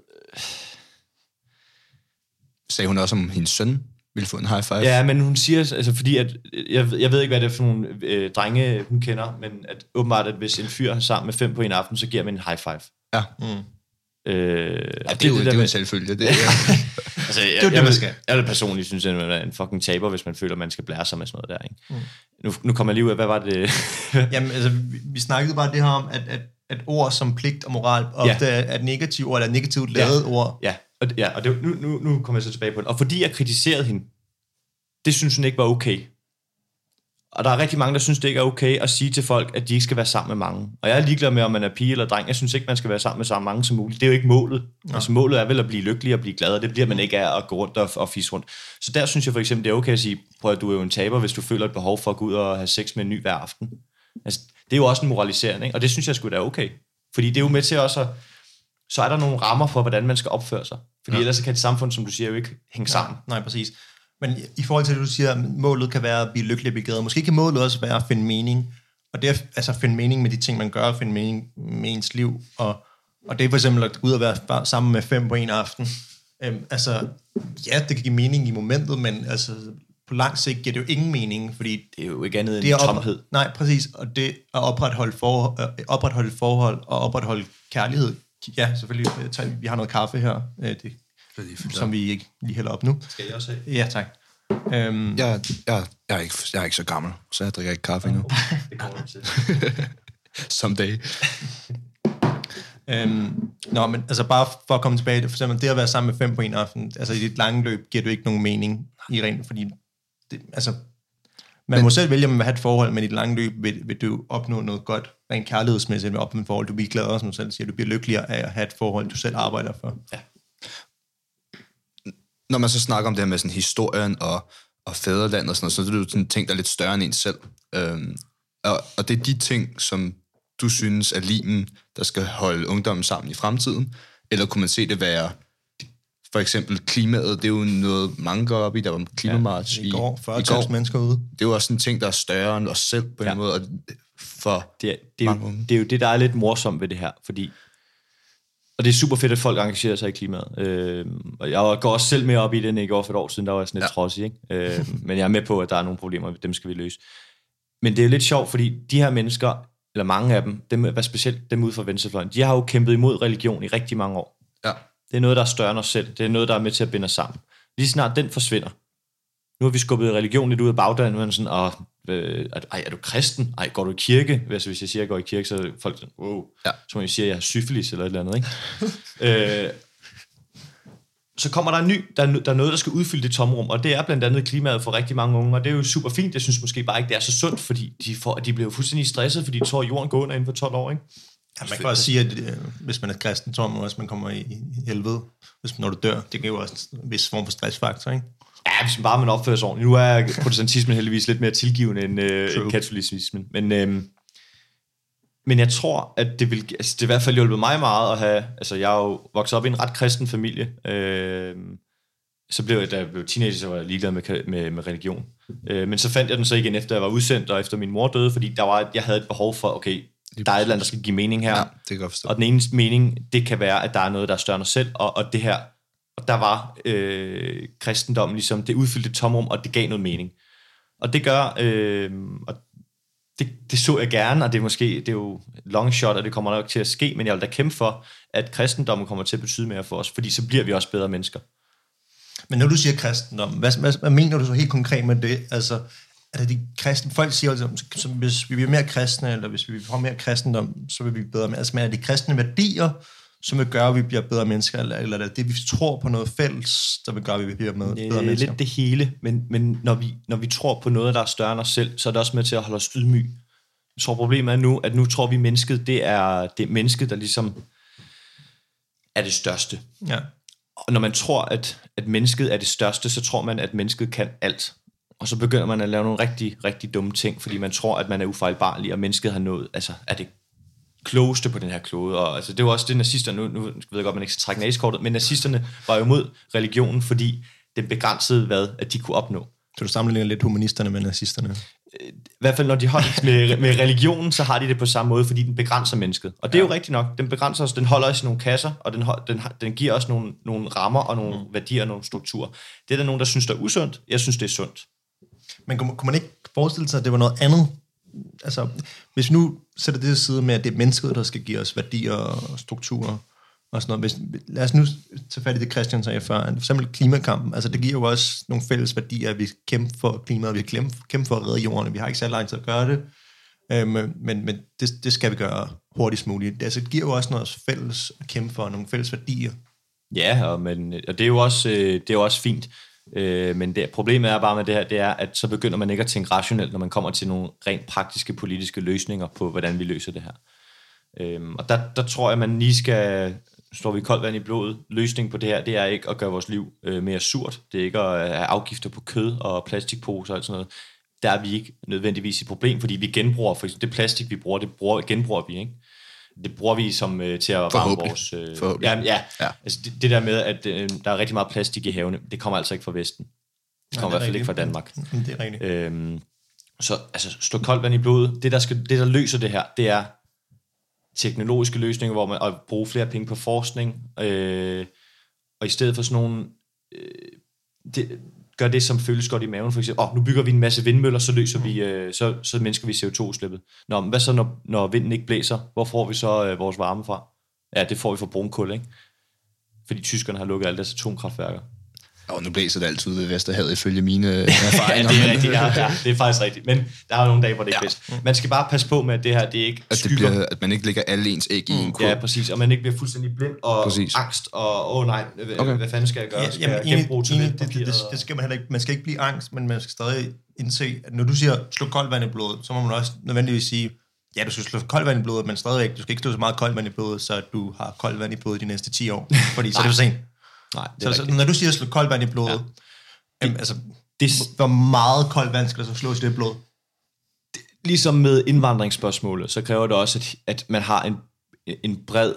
Sagde hun også, om hendes søn ville få en high five? Ja, men hun siger, altså fordi, at jeg, jeg ved ikke, hvad det er for nogle øh, drenge, hun kender, men at åbenbart, at hvis en fyr er sammen med fem på en aften, så giver man en high five. Ja. Mm. Øh, ja, det, det er jo det, det en selvfølge. Det er, altså, jeg, det er jo det, man skal. Jeg, jeg personligt synes, at man er en fucking taber, hvis man føler, at man skal blære sig med sådan noget der. Ikke? Mm. Nu, nu kommer jeg lige ud af, hvad var det? Jamen, altså, vi, vi snakkede bare det her om, at, at, at ord som pligt og moral ofte ja. er negative ord, eller negativt lavet ja. ord. Ja, og, ja, og det, nu, nu, nu kommer jeg så tilbage på det. Og fordi jeg kritiserede hende, det synes hun ikke var okay. Og der er rigtig mange, der synes, det ikke er okay at sige til folk, at de ikke skal være sammen med mange. Og jeg er ligeglad med, om man er pige eller dreng. Jeg synes ikke, man skal være sammen med så mange som muligt. Det er jo ikke målet. Ja. Altså målet er vel at blive lykkelig og blive glad, og det bliver man ikke af at gå rundt og, og fisse rundt. Så der synes jeg for eksempel, det er okay at sige, prøv at du er jo en taber, hvis du føler et behov for at gå ud og have sex med en ny hver aften. Altså, det er jo også en moraliserende, ikke? Og det synes jeg sgu da er okay. Fordi det er jo med til også at, så er der nogle rammer for, hvordan man skal opføre sig. Fordi ja. Ellers kan et samfund, som du siger, jo ikke hænge sammen. Ja, nej, præcis. Men i forhold til det, du siger, at målet kan være at blive lykkelig og blive glad. Måske kan målet også være at finde mening. Og det er altså at finde mening med de ting, man gør, og finde mening med ens liv. Og, og det er for eksempel at gå ud og være sammen med fem på en aften. Øhm, altså, ja, det kan give mening i momentet, men altså, på lang sigt giver det jo ingen mening, fordi det er jo ikke andet end en tomhed. Nej, præcis. Og det at opretholde forhold, øh, opretholde forhold og opretholde kærlighed. Ja, selvfølgelig. Vi har noget kaffe her. Det som vi ikke lige hælder op nu. Skal jeg også have? Ja, tak. Um, jeg, jeg, jeg, er ikke, jeg er ikke så gammel, så jeg drikker ikke kaffe endnu. Det kommer du til. Someday. um, nå, men altså bare for at komme tilbage, for eksempel det at være sammen med fem på en aften, altså i dit lange løb giver det ikke nogen mening i rent, fordi det, altså, man men, må selv vælge, om man vil have et forhold, men i det lange løb vil, vil du opnå noget godt, rent kærlighedsmæssigt ved at opnå et forhold. Du bliver glad også, som du selv siger, du bliver lykkeligere af at have et forhold, du selv arbejder for. Ja. Når man så snakker om det her med sådan historien og, og fædreland og sådan noget, så er det jo sådan ting, der er lidt større end en selv. Øhm, og, og det er de ting, som du synes er limen, der skal holde ungdommen sammen i fremtiden. Eller kunne man se det være, for eksempel klimaet, det er jo noget, mange går op i, der var en klimamarch ja, i går, fyrre tusind mennesker ude. Det er jo også en ting, der er større end os selv på en ja. måde. Og for det, er, det, er jo, det er jo det, der er lidt morsomt ved det her, fordi og det er super fedt, at folk engagerer sig i klimaet. Øh, og jeg går også selv med op i det, ikke over for et år siden, der var jeg sådan lidt ja. trodsig, ikke? Øh, men jeg er med på, at der er nogle problemer, dem skal vi løse. Men det er lidt sjovt, fordi de her mennesker, eller mange af dem, dem hvad specielt dem ude fra venstrefløjen, de har jo kæmpet imod religion i rigtig mange år. Ja. Det er noget, der er større end os selv. Det er noget, der er med til at binde os sammen. Lige snart den forsvinder. Nu har vi skubbet religion lidt ud af bagdagen, og sådan, og, øh, ej, er du kristen? Ej, går du i kirke? Altså, hvis jeg siger, at jeg går i kirke, så er folk sådan, wow. Ja. Så må jeg sige, at jeg har syfilis eller et eller andet, ikke? øh, så kommer der en ny, der er, der er noget, der skal udfylde det tomrum, og det er blandt andet klimaet for rigtig mange unge, og det er jo super fint. Jeg synes måske bare ikke, det er så sundt, fordi de, får, de bliver fuldstændig stresset, fordi de tror, at jorden går under inden for tolv år, ikke? Ja, man kan også sige, at øh, hvis man er kristen, så tror man også, at man kommer i, i helvede, hvis, når du dør. Det kan jo også en vis form for stressfaktor, ikke? Ja, hvis man bare man opfører sig ordentligt. Nu er protestantismen heldigvis lidt mere tilgivende end øh, katolicismen. Men, øh, men jeg tror, at det vil altså, det i hvert fald hjulpet mig meget at have. Altså, jeg er jo vokset op i en ret kristen familie. Øh, så blev jeg, da jeg blev teenager, så var jeg ligeglad med, med, med religion. Øh, men så fandt jeg den så igen, efter jeg var udsendt, og efter min mor døde, fordi der var, jeg havde et behov for, okay, der er et eller andet, der skal give mening her. Ja, det kan jeg forstå. Og den eneste mening, det kan være, at der er noget, der er større end os selv, og, og det her Og der var øh, kristendommen ligesom, det udfyldte tomrum, og det gav noget mening. Og det gør, øh, og det, det så jeg gerne, og det er måske, det er jo long shot, og det kommer nok til at ske, men jeg vil da kæmpe for, at kristendommen kommer til at betyde mere for os, fordi så bliver vi også bedre mennesker. Men når du siger kristendom, hvad, hvad, hvad mener du så helt konkret med det? Altså, er det de kristne, folk siger altså, så hvis vi bliver mere kristne, eller hvis vi får mere kristendom, så vil vi blive bedre med. Altså, men er det kristne værdier, som vil gøre, at vi bliver bedre mennesker, eller, eller er det det, vi tror på noget fælles, der vil gøre, at vi bliver med, bedre øh, mennesker? Lidt det hele, men, men når, vi, når vi tror på noget, der er større end os selv, så er det også med til at holde os ydmyg. Jeg tror, problemet er nu, at nu tror vi, mennesket, det er det mennesket, der ligesom er det største. Ja. Og når man tror, at, at mennesket er det største, så tror man, at mennesket kan alt. Og så begynder man at lave nogle rigtig, rigtig dumme ting, fordi man tror, at man er ufejlbarlig, og mennesket har nået, altså er det klogeste på den her klode. Og altså, det var også det, nazisterne, nu, nu ved jeg godt, at man ikke skal trække næsekortet, men nazisterne var jo mod religionen, fordi den begrænsede, hvad at de kunne opnå. Så du sammenligner lidt humanisterne med nazisterne? I hvert fald, når de holder med, med religionen, så har de det på samme måde, fordi den begrænser mennesket. Og det er jo rigtigt nok. Den begrænser os, den holder os i nogle kasser, og den, den, den giver os nogle, nogle rammer og nogle mm. værdier og nogle strukturer. Det er der nogen, der synes, det er usundt. Jeg synes, det er sundt. Men kunne, kunne man ikke forestille sig, at det var noget andet? Altså, hvis vi nu sætter det til side med, at det er mennesket, der skal give os værdier og strukturer og sådan noget. Hvis, lad os nu tage fat i det, Christian sagde før. For eksempel klimakampen. Altså, det giver jo også nogle fælles værdier, at vi kæmper for klimaet, vi kæmper for at redde jorden. Vi har ikke så lang tid at gøre det, øhm, men, men det, det skal vi gøre hurtigst muligt. Det, altså, det giver jo også noget fælles at kæmpe for, nogle fælles værdier. Ja, og, men, og det, er jo også, det er jo også fint. Øh, men det, problemet er bare med det her, det er, at så begynder man ikke at tænke rationelt, når man kommer til nogle rent praktiske politiske løsninger på, hvordan vi løser det her. Øhm, og der, der tror jeg, at man lige skal, slår vi koldt vand i blodet, løsningen på det her, det er ikke at gøre vores liv øh, mere surt, det er ikke at have afgifter på kød og plastikposer og sådan noget. Der er vi ikke nødvendigvis et problem, fordi vi genbruger, for eksempel det plastik, vi bruger, det bruger, genbruger vi, ikke? Det bruger vi som øh, til at varme vores... Øh, ja, ja, ja. Altså det, det der med, at øh, der er rigtig meget plastik i havene, det kommer altså ikke fra Vesten. Det kommer ja, det i hvert fald ikke fra Danmark. Det er rigtigt. Øhm, så altså, stå koldt vand i blodet. Det der, skal, det, der løser det her, det er teknologiske løsninger, hvor man at bruge flere penge på forskning, øh, og i stedet for sådan nogle... Øh, det, gør det, som føles godt i maven, for eksempel, åh, oh, nu bygger vi en masse vindmøller, så løser mm. vi, øh, så, så mindsker vi C O to-udslippet. Nå, men hvad så, når, når vinden ikke blæser? Hvor får vi så øh, vores varme fra? Ja, det får vi fra brunkul, ikke? Fordi tyskerne har lukket alle deres atomkraftværker. Og nu blæser det altid ved Vesterhavet, ifølge mine erfaringer. Ja, det er rigtigt, ja, ja, det er faktisk rigtigt. Men der er nogle dage, hvor det ikke ja. blæser. Man skal bare passe på med, at det her, det er ikke at det skygger. Bliver, at man ikke lægger alle ens æg mm. i en kurv. Ja, præcis. Og man ikke bliver fuldstændig blind og præcis. angst, og åh oh, nej, hvad, okay. hvad fanden skal jeg gøre? Ja, skal jamen, jeg genbruge til det, det, det, det, det skal man heller ikke. Man skal ikke blive angst, men man skal stadig indse, at når du siger, slå koldt vand i blodet, så må man også nødvendigvis sige, ja, du skal slå koldt vand i blodet, men stadigvæk, du skal ikke slå så meget koldt vand i blodet, så du har koldt vand i blodet de næste ti år. Fordi så er det for sent. Nej, det er så, så når du siger, slå koldt vand i blodet, ja. Jamen, altså, det, hvor meget koldt vand skal der så slås i det blod? Det, ligesom med indvandringsspørgsmålet, så kræver det også, at, at man har en, en bred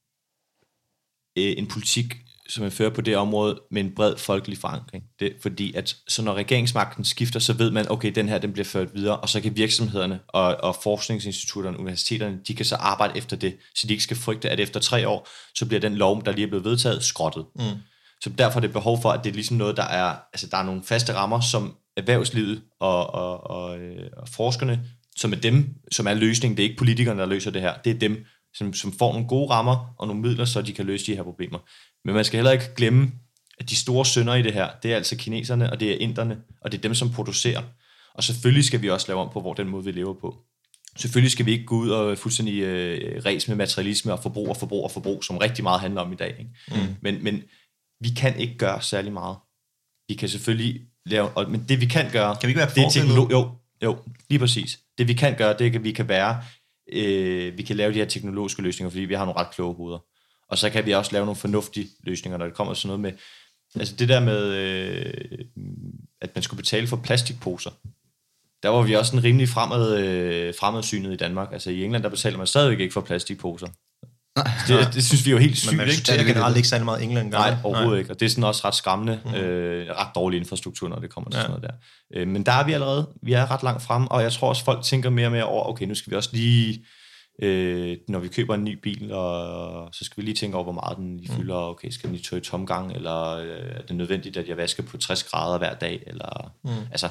øh, en politik, som man fører på det område, med en bred folkelig forankring. Det, fordi at, så når regeringsmagten skifter, så ved man, okay, den her, den bliver ført videre, og så kan virksomhederne og, og forskningsinstitutterne, universiteterne, de kan så arbejde efter det, så de ikke skal frygte, at efter tre år, så bliver den lov, der lige er blevet vedtaget, skrottet. Mm. Så derfor er det behov for, at det er ligesom noget, der er, altså der er nogle faste rammer, som erhvervslivet og, og, og, og forskerne, som er dem, som er løsningen. Det er ikke politikerne, der løser det her. Det er dem, som, som får nogle gode rammer og nogle midler, så de kan løse de her problemer. Men man skal heller ikke glemme, at de store syndere i det her, det er altså kineserne, og det er inderne, og det er dem, som producerer. Og selvfølgelig skal vi også lave om på, hvor den måde, vi lever på. Selvfølgelig skal vi ikke gå ud og fuldstændig øh, ræs med materialisme og forbrug og forbrug og forbrug, som rigtig meget handler om i dag. Ikke? Mm. Men, men vi kan ikke gøre særlig meget. Vi kan selvfølgelig lave, og, men det vi kan gøre, kan vi ikke være det er teknologi. Jo, jo, lige præcis. Det vi kan gøre, det er, at vi kan være, øh, vi kan lave de her teknologiske løsninger, fordi vi har nogle ret kloge hoveder. Og så kan vi også lave nogle fornuftige løsninger, når det kommer sådan noget med, altså det der med, øh, at man skulle betale for plastikposer. Der var vi også en rimelig fremad, øh, fremadsynet i Danmark. Altså i England, der betaler man stadigvæk ikke for plastikposer. Det, det synes vi jo helt sygt, ikke? Men man generelt ikke særlig meget England. Nej, overhovedet Nej. ikke. Og det er sådan også ret skræmmende, mm. øh, ret dårlig infrastruktur, når det kommer til ja. sådan noget der. Øh, men der er vi allerede, vi er ret langt frem, og jeg tror også, folk tænker mere og mere over, okay, nu skal vi også lige Øh, når vi køber en ny bil, og så skal vi lige tænke over, hvor meget den lige fylder. Okay, skal den lige tøje tomgang, eller øh, er det nødvendigt, at jeg vasker på tres grader hver dag? Eller, mm. altså,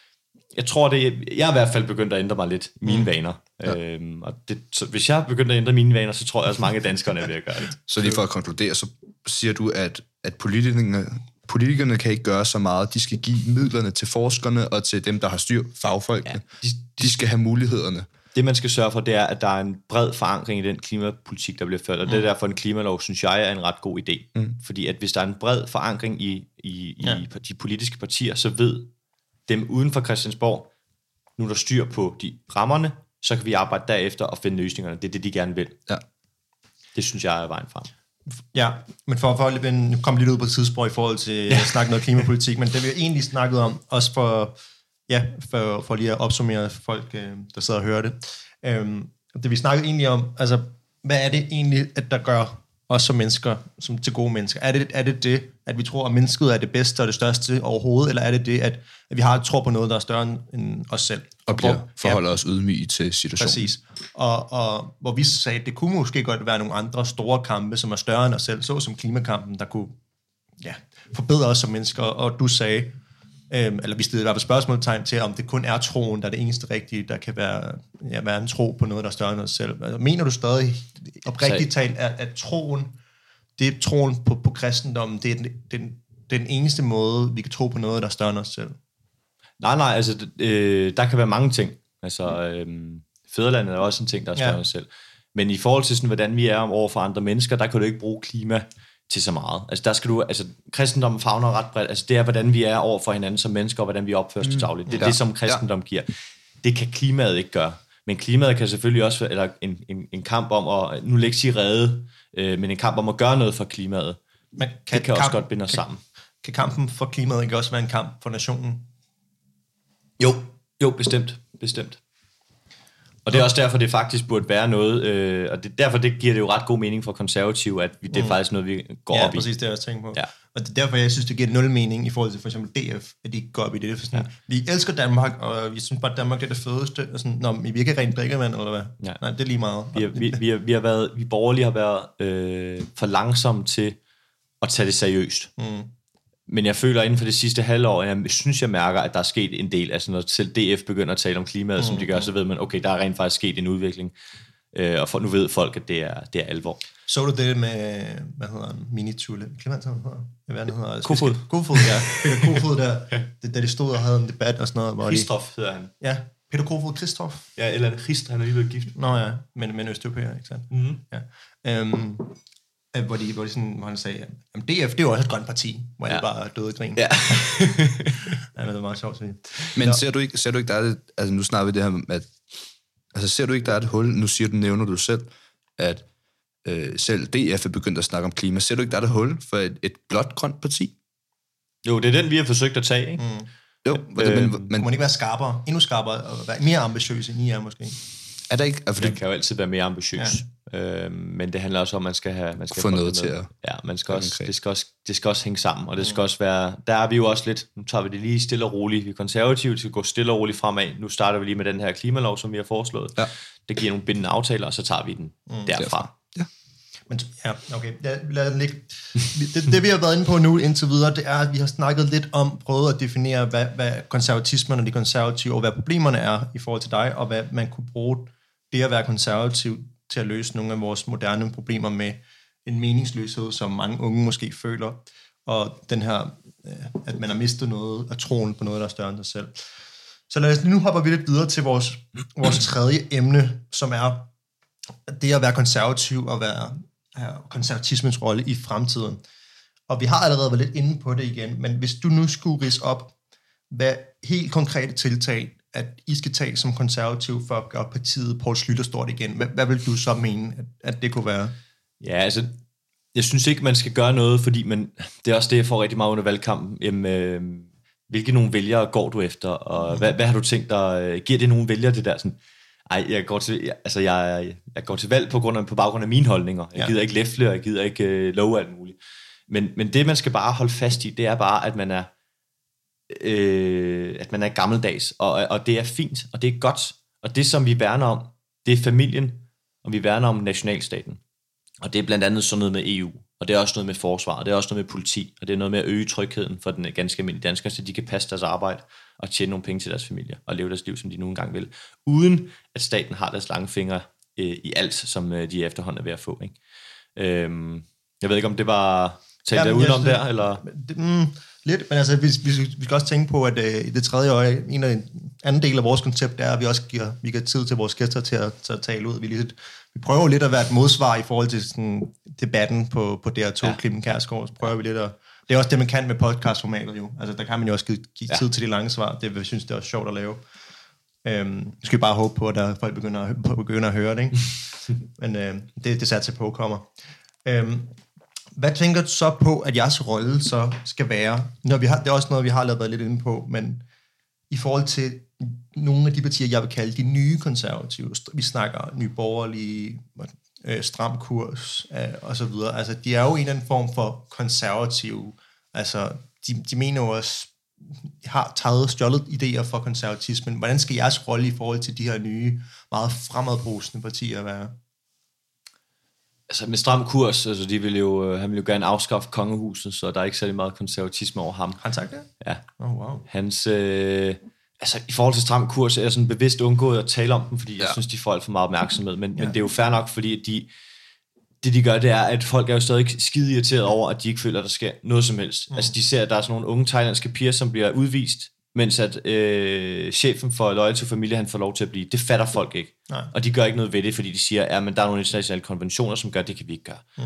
jeg tror, det, jeg er i hvert fald begyndt at ændre mig lidt, mine mm. vaner. Ja. Øhm, og det, så hvis jeg er begyndt at ændre mine vaner, så tror jeg også, mange danskere er ved at gøre det. Så lige for at konkludere, så siger du, at, at politikerne, politikerne kan ikke gøre så meget. De skal give midlerne til forskerne og til dem, der har styr, fagfolkene. Ja, de, de, de skal have mulighederne. Det, man skal sørge for, det er, at der er en bred forankring i den klimapolitik, der bliver ført. Og mm. det er derfor, en klimalov, synes jeg, er en ret god idé. Mm. Fordi at hvis der er en bred forankring i, i, ja. i de politiske partier, så ved dem uden for Christiansborg, nu er der styr på de rammerne, så kan vi arbejde derefter og finde løsningerne. Det er det, de gerne vil. Ja. Det synes jeg er vejen frem. Ja, men for, for at komme lidt ud på et tidsspor i forhold til ja. at snakke noget klimapolitik, men det vi egentlig snakket om, også for, ja, for, for lige at opsummere folk, der sidder og hører det. Øhm, det vi snakkede egentlig om, altså, hvad er det egentlig, at der gør os som mennesker, som til gode mennesker? Er det, er det det, at vi tror, at mennesket er det bedste og det største overhovedet, eller er det det, at, at vi har et tro på noget, der er større end os selv? Og bliver forholder ja, os ydmyge til situationen. Præcis. Og, og hvor vi sagde, at det kunne måske godt være nogle andre store kampe, som er større end os selv, så som klimakampen, der kunne ja, forbedre os som mennesker. Og du sagde, øhm, eller vi stillede i hvert fald spørgsmålstegn til, om det kun er troen, der er det eneste rigtige, der kan være, ja, være en tro på noget, der er større end os selv. Altså, mener du stadig oprigtigt talt, at, at troen, det er troen på, på kristendommen, det er den, den, den eneste måde, vi kan tro på noget, der er større end os selv? Nej, nej, altså, øh, der kan være mange ting. Altså, øh, fædrelandet er også en ting, der er større ja. end os selv. Men i forhold til, sådan, hvordan vi er over for andre mennesker, der kan du ikke bruge klima til så meget. Altså, der skal du, altså, kristendommen favner ret bredt. Altså, det er, hvordan vi er over for hinanden som mennesker, og hvordan vi opfører os mm. dagligt. Det er ja. det, som kristendom ja. giver. Det kan klimaet ikke gøre. Men klimaet kan selvfølgelig også være, eller en, en, en kamp om at, nu vil jeg ikke sige redde, øh, men en kamp om at gøre noget for klimaet. Men kan, det kan kamp, også godt binde os kan, sammen. Kan kampen for klimaet ikke også være en kamp for nationen? Jo, jo, bestemt, bestemt. Og det er også derfor, det faktisk burde være noget, øh, og det, derfor det giver det jo ret god mening for konservative, at vi, det er mm. faktisk noget, vi går ja, op i. Ja, præcis det, jeg også tænker på. Ja. Og det er derfor, jeg synes, det giver nul mening i forhold til for eksempel D F, at de går op i det. For sådan, ja. Vi elsker Danmark, og vi synes bare, at Danmark er det fedeste. Og sådan, nå, vi ikke rent drikkevand, eller hvad? Ja. Nej, det er lige meget. Vi, vi, vi, har, vi, har været, vi borgerlige har været øh, for langsomme til at tage det seriøst. Mm. Men jeg føler, inden for det sidste halvår, jeg synes, jeg mærker, at der er sket en del. Altså når selv D F begynder at tale om klimaet, mm. som de gør, så ved man, okay, der er rent faktisk sket en udvikling. Øh, og for, nu ved folk, at det er, det er alvor. Så du det med, hvad hedder han, Minitule? Hvad hedder han? Kofod. Kofod, ja. Peter Kofod der, da de stod og havde en debat og sådan noget. Christoph hedder han. Ja, Peter Kofod Christoph. Ja, eller Christ, han er lige blevet gift. Nå ja, men, men østeuropæer, ikke sandt? Mm-hmm. Ja. Um, hvor, de, hvor, de sådan, hvor han sagde, at D F, det er jo også et grønt parti, hvor ja. de bare døde grin. Ja. Ja, det var meget sjovt. Men ja. ser du ikke, ser du ikke der er det, altså nu snakker vi det her med, at, altså ser du ikke, der er et hul, nu siger du, nævner du selv, at øh, selv D F er begyndt at snakke om klima. Ser du ikke, der er et hul for et, et blåt grønt parti? Jo, det er den, vi har forsøgt at tage, ikke? Mm. Jo, men, øh, men, men, må man ikke være skarpere, endnu skarpere, og være mere ambitiøs, end I er måske? Er der ikke? Altså, man kan jo altid være mere ambitiøs, ja. øh, men det handler også om, at man skal have... Man skal få noget til at... Ja, man skal også, det, skal også, det skal også hænge sammen, og det skal mm. også være... Der er vi jo også lidt... Nu tager vi det lige stille og roligt. Vi er konservative, vi skal gå stille og roligt fremad. Nu starter vi lige med den her klimalov, som vi har foreslået. Ja. Det giver nogle bindende aftaler, og så tager vi den mm. derfra. Ja. Men, ja, okay. Ja, lad den ligge. Det, det, vi har været inde på nu indtil videre, det er, at vi har snakket lidt om, prøvet at definere, hvad, hvad konservatismen og de konservative, og hvad problemerne er i forhold til dig, og hvad man kunne bruge det at være konservativ til at løse nogle af vores moderne problemer med en meningsløshed, som mange unge måske føler, og den her, at man har mistet noget af troen på noget, der er større end sig selv. Så lad os, nu hopper vi lidt videre til vores, vores tredje emne, som er det at være konservativ og være konservatismens rolle i fremtiden. Og vi har allerede været lidt inde på det igen, men hvis du nu skulle ridse op, hvad helt konkrete tiltag, at I skal tage som konservativ for at gøre partiet Poul Schlüter stort igen, hvad, hvad vil du så mene, at, at det kunne være? Ja, altså, jeg synes ikke, man skal gøre noget, fordi man, det er også det, jeg får rigtig meget under valgkampen. Jamen, øh, hvilke nogle vælgere går du efter, og hvad, hvad har du tænkt dig, giver det nogle vælgere det der sådan, ej, jeg går til, jeg, altså jeg, jeg går til valg på, grund af, på baggrund af mine holdninger. Jeg ja. gider ikke læfle, og jeg gider ikke øh, love alt muligt. Men, men det, man skal bare holde fast i, det er bare, at man er, øh, at man er gammeldags, og, og det er fint, og det er godt. Og det, som vi værner om, det er familien, og vi værner om nationalstaten. Og det er blandt andet sådan noget med E U, og det er også noget med forsvar, og det er også noget med politi, og det er noget med at øge trygheden for den ganske almindelige danskere, så de kan passe deres arbejde og tjene nogle penge til deres familie, og leve deres liv, som de nu engang vil, uden at staten har deres lange fingre øh, i alt, som øh, de efterhånden er ved at få. Ikke? Øhm, jeg ved ikke, om det var talt der udenom der, eller... Det, mm, lidt, men altså, vi, vi, vi skal også tænke på, at øh, i det tredje øje, en af anden del af vores koncept er, at vi også giver, vi giver tid til vores gæster til at, til at tale ud. Vi, lige, vi prøver lidt at være et modsvar i forhold til sådan, debatten på, på D R to, ja. Clemen Kjærsgaard, så prøver vi lidt at... Det er også det, man kan med podcastformatet jo. Altså, der kan man jo også give, give ja. tid til de lange svar. Det jeg synes det er også sjovt at lave. Øhm, nu skal vi bare håbe på, at der folk begynder at, begynder at høre det, ikke? Men øh, det, det satser på kommer. Øhm, hvad tænker du så på, at jeres rolle så skal være? Når vi har, det er også noget, vi har været lidt inde på, men i forhold til nogle af de partier, jeg vil kalde de nye konservative, vi snakker Nye Borgerlige, øh, Stram Kurs øh, og så videre. Altså, de er jo en eller anden form for konservative. Altså, de, de mener jo også, de har taget stjålet idéer fra konservatismen. Hvordan skal jeres rolle i forhold til de her nye, meget fremadbrusende partier være? Altså med Stram Kurs, altså de vil jo, han vil jo gerne afskaffe kongehuset, så der er ikke særlig meget konservatisme over ham. Har han sagt det? Ja. Oh, wow. Hans, øh, altså i forhold til Stram Kurs, er jeg sådan bevidst undgået at tale om dem, fordi ja. jeg synes, de får alt for meget opmærksomhed, men, ja. men det er jo fair nok, fordi at de, det de gør, det er, at folk er jo stadig skide irriteret over, at de ikke føler, at der sker noget som helst. Mm. Altså de ser, at der er sådan nogle unge thailandske piger, som bliver udvist, mens at øh, chefen for Loyal to Familie, han får lov til at blive. Det fatter folk ikke. Nej. Og de gør ikke noget ved det, fordi de siger, at ja, der er nogle internationale konventioner, som gør, det kan vi ikke gøre. Mm.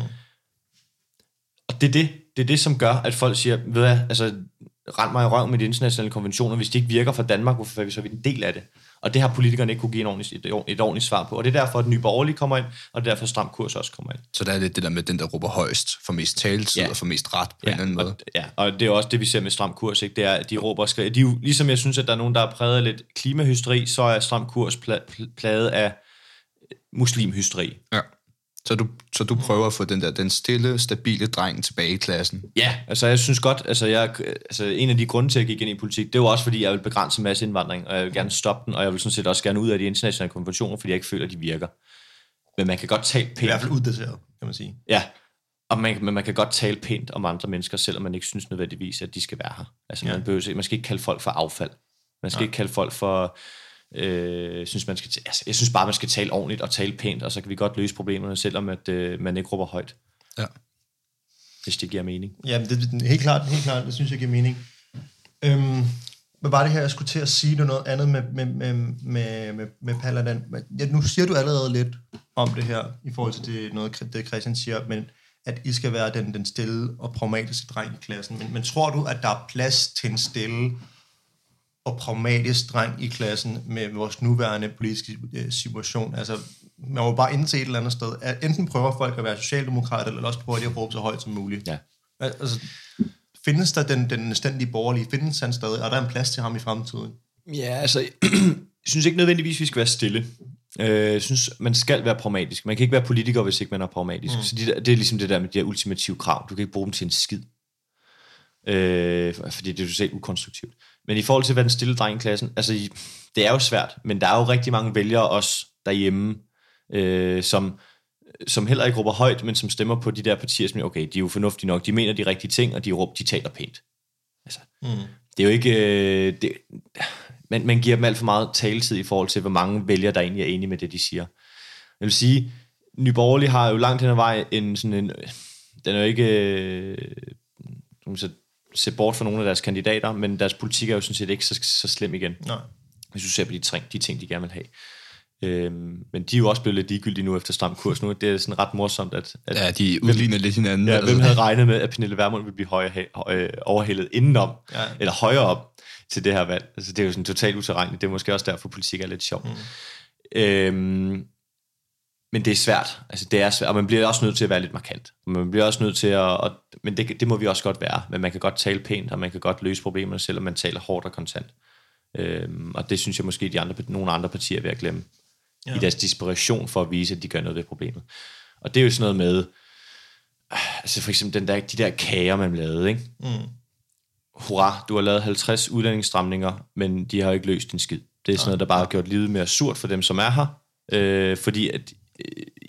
Og det er det, det er det, som gør, at folk siger, ved jeg, altså, rend mig i røv med de internationale konventioner, hvis de ikke virker for Danmark, hvorfor er vi så en del af det? Og det har politikerne ikke kunne give en ordentlig, et, et ordentligt svar på. Og det er derfor, at Nye Borgerlige kommer ind, og det er derfor, Stram Kurs også kommer ind. Så der er lidt det der med den, der råber højst, for mest taletid ja. og for mest ret på ja. en eller anden måde. Og, ja, og det er også det, vi ser med Stram Kurs, ikke? Det er, at de råber og skriver. De jo, ligesom jeg synes, at der er nogen, der er præget af lidt klimahysteri, så er Stram Kurs pla- plaget af muslimhysteri. Ja. Så du, så du prøver at få den der, den stille, stabile dreng tilbage i klassen? Ja, altså jeg synes godt, altså, jeg, altså en af de grunde til, at jeg gik ind i politik, det var også fordi, jeg vil begrænse masseindvandring, og jeg vil gerne stoppe den, og jeg vil sådan set også gerne ud af de internationale konventioner, fordi jeg ikke føler, at de virker. Men man kan godt tale pænt. I hvert fald uddateret, kan man sige. Ja, og man, men man kan godt tale pænt om andre mennesker, selvom man ikke synes nødvendigvis, at de skal være her. Altså ja. man, behøver, man skal ikke kalde folk for affald. Man skal ja. ikke kalde folk for... Øh, synes, man skal t- altså, jeg synes bare, man skal tale ordentligt og tale pænt, og så kan vi godt løse problemerne, selvom at, øh, man ikke råber højt. Ja. Hvis det giver mening. Ja, det, det, helt klart, helt klart, det synes jeg giver mening. Øhm, hvad var det her, jeg skulle til at sige noget andet med, med, med, med, med, med Paludan? Ja, nu siger du allerede lidt om det her, i forhold til det, noget, det Christian siger, men at I skal være den, den stille og pragmatiske dreng i klassen. Men, men tror du, at der er plads til en stille og pragmatisk dreng i klassen med vores nuværende politiske situation? Altså, man må bare indse et eller andet sted. At enten prøver folk at være socialdemokrater, eller også prøver de at råbe så højt som muligt. Ja. Altså, findes der den, den stændige borgerlige? Findes han stadig? Er der en plads til ham i fremtiden? Ja, altså, jeg synes ikke nødvendigvis, vi skal være stille. Jeg synes, man skal være pragmatisk. Man kan ikke være politiker, hvis ikke man er pragmatisk. Mm. Så det, det er ligesom det der med de her ultimative krav. Du kan ikke bruge dem til en skid. Øh, fordi det er totalt ukonstruktivt. Men i forhold til, hvad den stille dreng i klassen, altså, det er jo svært, men der er jo rigtig mange vælgere også derhjemme, øh, som, som heller ikke råber højt, men som stemmer på de der partier, som, okay, de er jo fornuftige nok, de mener de rigtige ting, og de råber, de taler pænt. Altså, mm. det er jo ikke... Øh, det, man, man giver dem alt for meget taletid i forhold til, hvor mange vælgere, der egentlig er enige med det, de siger. Jeg vil sige, Nye Borgerlige har jo langt hen ad vej en sådan en... Den er jo ikke... Øh, så se bort fra nogle af deres kandidater, men deres politik er jo sådan set ikke så, så slem igen. Nej. Hvis du ser på de, de ting, de gerne vil have. Øhm, men de er jo også blevet lidt ligegyldige nu efter Stram Kurs nu. Det er sådan ret morsomt, at... at ja, de udligner lidt hinanden. Ja, altså. Hvem havde regnet med, at Pernille Vermund ville blive højere, høj, overhældet indenom, ja. eller højere op til det her valg. Altså, det er jo sådan totalt utilregneligt. Det er måske også derfor, politik er lidt sjov. Mm. Øhm, men det er svært. Altså, det er svært, og man bliver også nødt til at være lidt markant. Man bliver også nødt til at... at men det, det må vi også godt være. Men man kan godt tale pænt, og man kan godt løse problemerne, selvom man taler hårdt og kontant. Øhm, og det synes jeg måske, de andre, nogle andre partier er ved at glemme. Ja. I deres desperation for at vise, at de gør noget ved problemet. Og det er jo sådan noget med... Altså for eksempel den der, de der kager, man lavede, ikke? Mm. Hurra, du har lavet halvtreds udlændingsstramninger, men de har jo ikke løst en skid. Det er sådan noget, der bare har gjort livet mere surt for dem, som er her. Øh, fordi at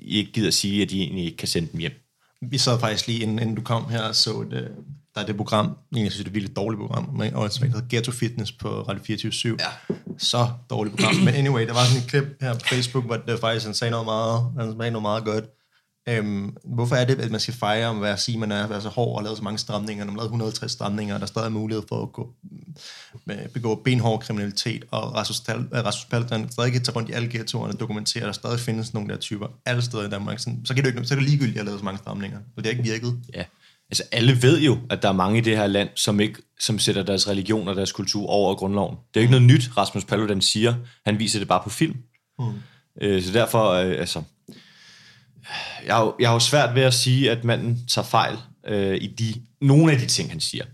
ikke gider sige, at de egentlig ikke kan sende dem hjem. Vi sad faktisk lige, inden, inden du kom her, og så det, der er det program, jeg synes, det er et virkelig dårligt program, og som hedder Ghetto Fitness på Radio fireogtyve syv. Ja. Så dårligt program. Men anyway, der var sådan et klip her på Facebook, hvor det faktisk han sagde noget meget, han sagde noget meget godt. Øhm, hvorfor er det, at man skal fejre om, hvad at sige, man er, være så hård og lave så mange stramninger? Når man lavede et hundrede og tres stramninger, og der er stadig mulighed for at gå, med, begå benhård kriminalitet, og Rasmus, Rasmus Paludan stadig kan tage rundt i alle ghettoerne og dokumentere, at der stadig findes nogle der typer alle steder i Danmark. Så, så, kan det ikke, så er det ligegyldigt at lave så mange stramninger, og det har ikke virket. Ja, altså alle ved jo, at der er mange i det her land, som ikke som sætter deres religion og deres kultur over grundloven. Det er ikke noget nyt, Rasmus Paludan siger. Han viser det bare på film. Mm. Øh, så derfor, øh, altså... Jeg har, jo, jeg har jo svært ved at sige, at manden tager fejl øh, i de, nogle af de ting, han siger.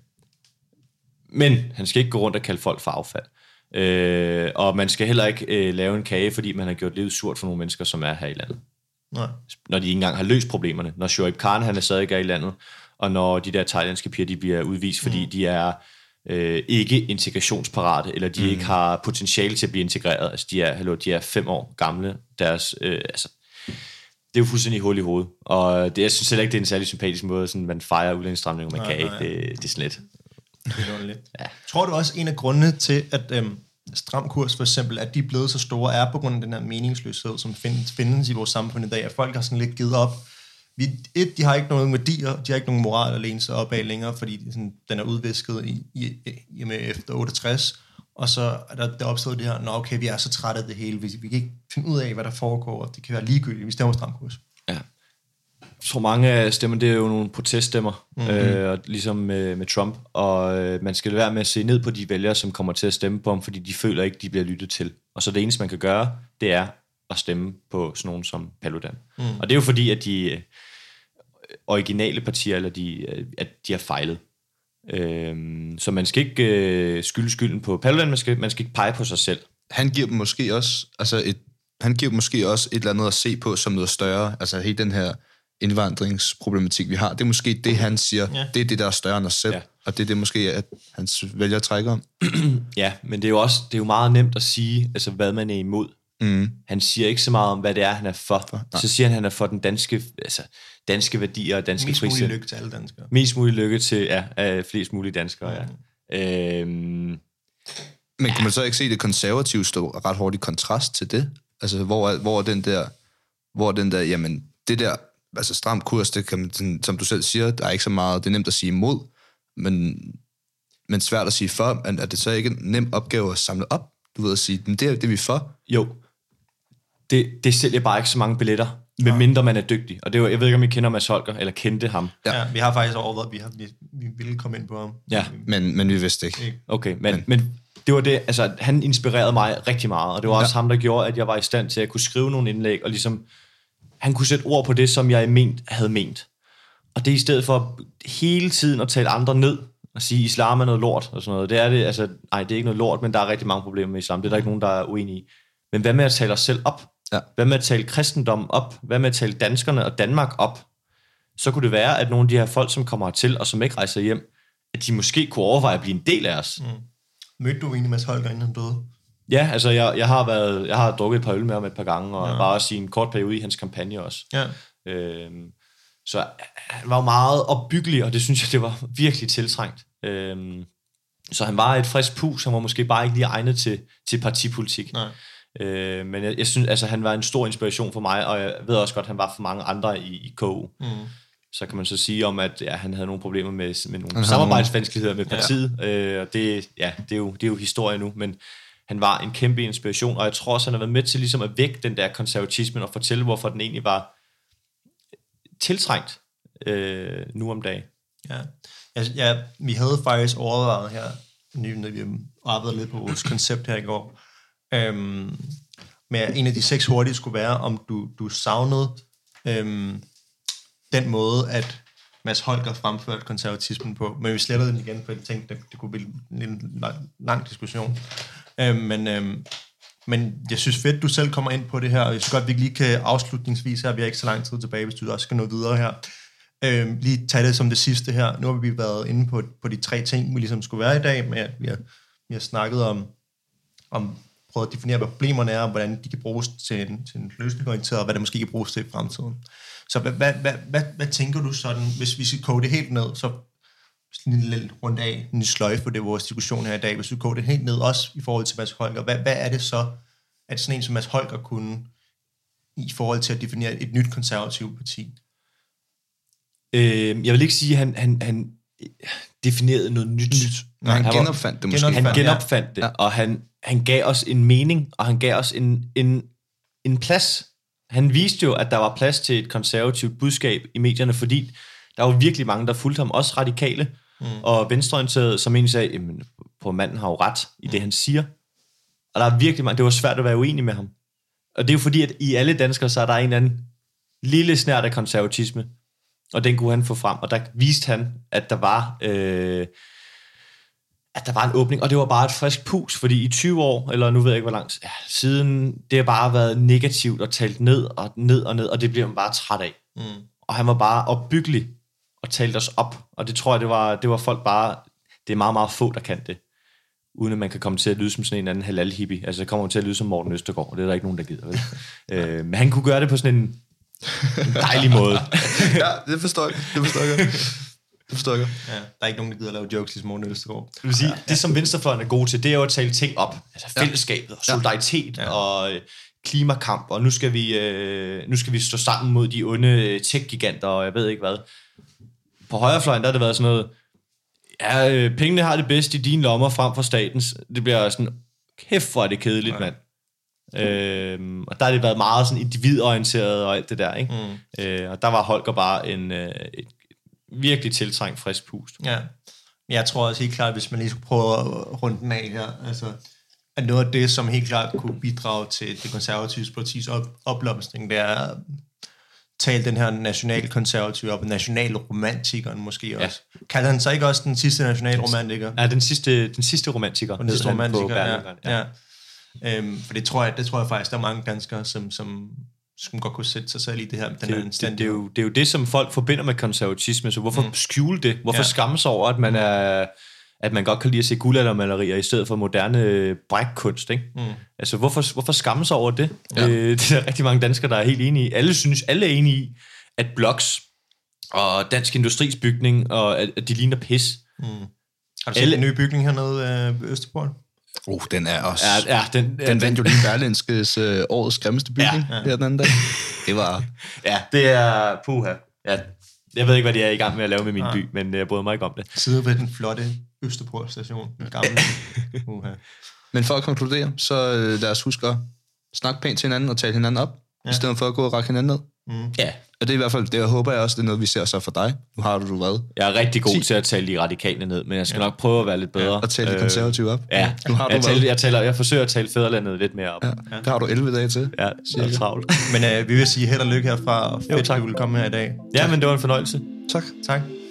Men han skal ikke gå rundt og kalde folk for affald. Øh, og man skal heller ikke øh, lave en kage, fordi man har gjort livet surt for nogle mennesker, som er her i landet. Nej. Når de ikke engang har løst problemerne. Når Shoaib Khan, han er stadig i landet, og når de der thailandske piger, de bliver udvist, fordi mm. de er øh, ikke integrationsparate, eller de mm. ikke har potentiale til at blive integreret. Altså, de er, hallo, de er fem år gamle. Deres... Øh, altså, det er jo fuldstændig hul i hovedet. Og det, jeg synes heller ikke, det er en særlig sympatisk måde, sådan man fejrer udlændingsstramninger med kage. Det, det er sådan lidt. Det er lidt. Ja. Tror du også, en af grundene til, at øhm, Stram Kurs for eksempel, at de er blevet så store, er på grund af den her meningsløshed, som findes, findes i vores samfund i dag, at folk har sådan lidt givet op. Vi, et, de har ikke nogen værdier, de har ikke nogen moral at læne sig op af længere, fordi de, sådan, den er udvisket i, i, i, med efter otteogtres. Og så er der, der opstået det her, nå okay, vi er så trætte af det hele, vi, vi kan ikke finde ud af, hvad der foregår, og det kan være ligegyldigt, vi stemmer Stram Kurs. Ja. Jeg tror mange af stemmer, det er jo nogle proteststemmer, mm-hmm. øh, og ligesom med, med Trump, og øh, man skal lade være med at se ned på de vælgere, som kommer til at stemme på ham, fordi de føler ikke, de bliver lyttet til. Og så det eneste, man kan gøre, det er at stemme på sådan nogen som Paludan. Mm. Og det er jo fordi, at de øh, originale partier, eller de, øh, at de har fejlet. Øhm, så man skal ikke øh, skylde skylden på Paludan, man skal, man skal ikke pege på sig selv. Han giver dem måske også, altså et, han giver dem måske også et eller andet at se på som noget større, altså hele den her indvandringsproblematik, vi har, det er måske det, han siger, ja. Det er det, der er større end os selv, ja. Og det er det måske, at hans vælger trækker om. Ja, men det er jo også, det er jo meget nemt at sige, altså hvad man er imod. Mm. Han siger ikke så meget om, hvad det er, han er for. for så siger han, han er for den danske, altså danske værdier og danske frihed. Mest mulig lykke til alle danskere. Mest mulig lykke til, ja, flest mulige danskere, mm. ja. Øhm, Men kan ja. man så ikke se det konservative stå ret hårdt i kontrast til det? Altså, hvor, hvor den der, hvor den der, jamen, det der, altså Stram Kurs, det kan man, som du selv siger, der er ikke så meget, det er nemt at sige imod, men, men svært at sige for, men er det så ikke en nem opgave at samle op? Du ved at sige, men det er det, vi er for. Jo, det, det sælger bare ikke så mange billetter, medmindre man er dygtig. Og det er jo, jeg ved ikke, om I kender Mads Holger, eller kendte ham. Ja, ja vi har faktisk overvejet, vi, har, vi, vi ville komme ind på ham. Ja, men, men vi vidste ikke. Okay, men, men. men det var det, altså han inspirerede mig rigtig meget, og det var også ja. ham, der gjorde, at jeg var i stand til at kunne skrive nogle indlæg, og ligesom, han kunne sætte ord på det, som jeg ment, havde ment. Og det er i stedet for hele tiden at tale andre ned, og sige, islam er noget lort, og sådan noget. Det er det, altså, nej, det er ikke noget lort, men der er rigtig mange problemer med islam. Det er der ikke nogen, der er uenige i. Men hvad med at tale os selv op? Ja. Hvad med at tale kristendom op? Hvad med at tale danskerne og Danmark op? Så kunne det være, at nogle af de her folk, som kommer hertil, og som ikke rejser hjem, at de måske kunne overveje at blive en del af os. Mm. Mødte du egentlig Mads Holger, inden han døde? Ja, altså jeg, jeg har været, jeg har drukket et par øl med ham et par gange, og ja. bare også i en kort periode i hans kampagne også. Ja. Øhm, så han var jo meget opbyggelig, og det synes jeg, det var virkelig tiltrængt. Øhm, så han var et frisk pus, han var måske bare ikke lige egnet til, til partipolitik. Nej. Øh, men jeg, jeg synes, altså han var en stor inspiration for mig, og jeg ved også godt, at han var for mange andre i, i K U. Mm. Så kan man så sige om, at ja, han havde nogle problemer med, med nogle samarbejdsvanskeligheder med partiet, ja. øh, og det, ja, det, er jo, det er jo historie nu, men han var en kæmpe inspiration, og jeg tror også, han har været med til ligesom at vække den der konservatismen og fortælle, hvorfor den egentlig var tiltrængt øh, nu om dagen. Ja. Ja, ja, vi havde faktisk overvejet her, når vi arbejdede lidt på vores koncept her i går, øhm, med en af de seks hurtige skulle være, om du, du savnede øhm, den måde, at Mads Holger fremførte konservatismen på, men vi slettede den igen, for jeg tænkte, det, det kunne blive en lang, lang diskussion. Øhm, men, øhm, men jeg synes fedt, du selv kommer ind på det her, og jeg synes godt, vi lige kan afslutningsvis her, vi har ikke så lang tid tilbage, hvis du også skal nå videre her, øhm, lige tage det som det sidste her. Nu har vi været inde på, på de tre ting, vi ligesom skulle være i dag, med at vi har, vi har snakket om, om prøvet at definere, hvad problemerne er, og hvordan de kan bruges til en, til en løsningsorienteret, og hvad det måske kan bruges til i fremtiden. Så hvad, hvad, hvad, hvad, hvad tænker du sådan, hvis vi skal koge det helt ned, så sådan lidt rundt af en sløjfe, for det er vores diskussion her i dag, hvis vi koger det helt ned, også i forhold til Mads Holger, hvad, hvad er det så, at sådan en som Mads Holger kunne, i forhold til at definere et nyt konservativt parti? Øh, jeg vil ikke sige, at han, han, han definerede noget nyt. nyt. Nej, han, han genopfandt det måske. Genopfandt, han genopfandt ja. det, og han, han gav os en mening, og han gav os en, en, en plads. Han viste jo, at der var plads til et konservativt budskab i medierne, fordi der var virkelig mange, der fulgte ham, også radikale mm. og venstreorienterede, som egentlig sagde, jamen, på manden har jo ret i det, han siger. Og der er virkelig mange, det var svært at være uenig med ham. Og det er jo fordi, at i alle danskere, så er der en eller anden lille snært af konservatisme, og den kunne han få frem, og der viste han, at der var øh, at der var en åbning, og det var bare et frisk pus, fordi i tyve år, eller nu ved jeg ikke hvor langt, ja, siden det har bare været negativt og talt ned og ned og ned, og det bliver man bare træt af. Mm. Og han var bare opbyggelig og talte os op, og det tror jeg, det var, det var folk bare, det er meget, meget få, der kan det, uden at man kan komme til at lyde som sådan en anden halal-hippie. Altså, det kommer til at lyde som Morten Østergaard, og det er der ikke nogen, der gider, vel? øh, men han kunne gøre det på sådan en en dejlig måde. Ja, det forstår jeg. Det forstår jeg. Det forstår jeg. Ja, der er ikke nogen, der gider at lave jokes ligesom Morten Østergaard. Det vil sige, ja, ja. Det som venstrefløjen er gode til, det er jo at tale ting op. Altså fællesskabet og solidaritet ja. og øh, klimakamp, og nu skal, vi, øh, nu skal vi stå sammen mod de onde tech-giganter, og jeg ved ikke hvad. På højrefløjen, der har det været sådan noget, ja, øh, pengene har det bedst i dine lommer frem for statens. Det bliver sådan, kæft hvor er det kedeligt, ja. mand. Øhm, og der har det været meget sådan individorienteret og alt det der, ikke? Mm. Øh, og der var Holger bare en øh, et virkelig tiltrængt frisk pust. Ja, jeg tror også helt klart, hvis man lige skulle prøve at runde den af her, altså, at noget af det, som helt klart kunne bidrage til det konservative partis op- opblomstring, det er at tale den her nationalkonservative op, nationalromantikeren måske også. Ja. Kalder han så ikke også den sidste nationalromantiker? Ja, den sidste, den sidste romantiker. Den sidste romantiker, ja. ja. ja. Øhm, for det tror jeg, det tror jeg faktisk, der er mange danskere, som, som, som godt kunne sætte sig selv i det her. Den det, det, det, er jo, det er jo det, som folk forbinder med konservatisme, så hvorfor mm. skjule det? Hvorfor ja. skamme sig over, at man, er, at man godt kan lide at se guldaldermalerier i stedet for moderne brækkunst, ikke? Mm. Altså, hvorfor, hvorfor skamme sig over det? Ja. Øh, det er der rigtig mange danskere, der er helt enige i. Alle synes, alle er enige i, at bloks og Dansk Industris bygning, og at, at de ligner pis. Mm. Har du set alle... en ny bygning hernede ved Østerport? Uh, den er også... Ja, ja, den, den vandt jo lige Berlinskes øh, årets grimmeste bygning ja, ja. her den anden dag. Det var... Ja, det er... Puha. Ja, jeg ved ikke, hvad de er i gang med at lave med min ja. by, men jeg bryder mig ikke om det. Sidder ved den flotte Østerport station. Den gamle. Puha. Men for at konkludere, så øh, lad os huske at snakke pænt til hinanden og tale hinanden op, ja. i stedet for at gå og række hinanden ned. Mm. Ja. Og det er i hvert fald, det jeg håber jeg også, det er noget, vi ser så for dig. Nu har du du hvad? Jeg er rigtig god ti til at tale de radikale ned, men jeg skal ja. nok prøve at være lidt bedre. Ja, og tale de konservative op. Ja, nu har du jeg, taler, jeg, taler, jeg forsøger at tale fædrelandet lidt mere op. Ja. Ja. Der har du elleve dage til. Ja, det er travlt. Men øh, vi vil sige held og lykke herfra, og fedt, at du ville komme her i dag. Ja, men det var en fornøjelse. Tak. Tak.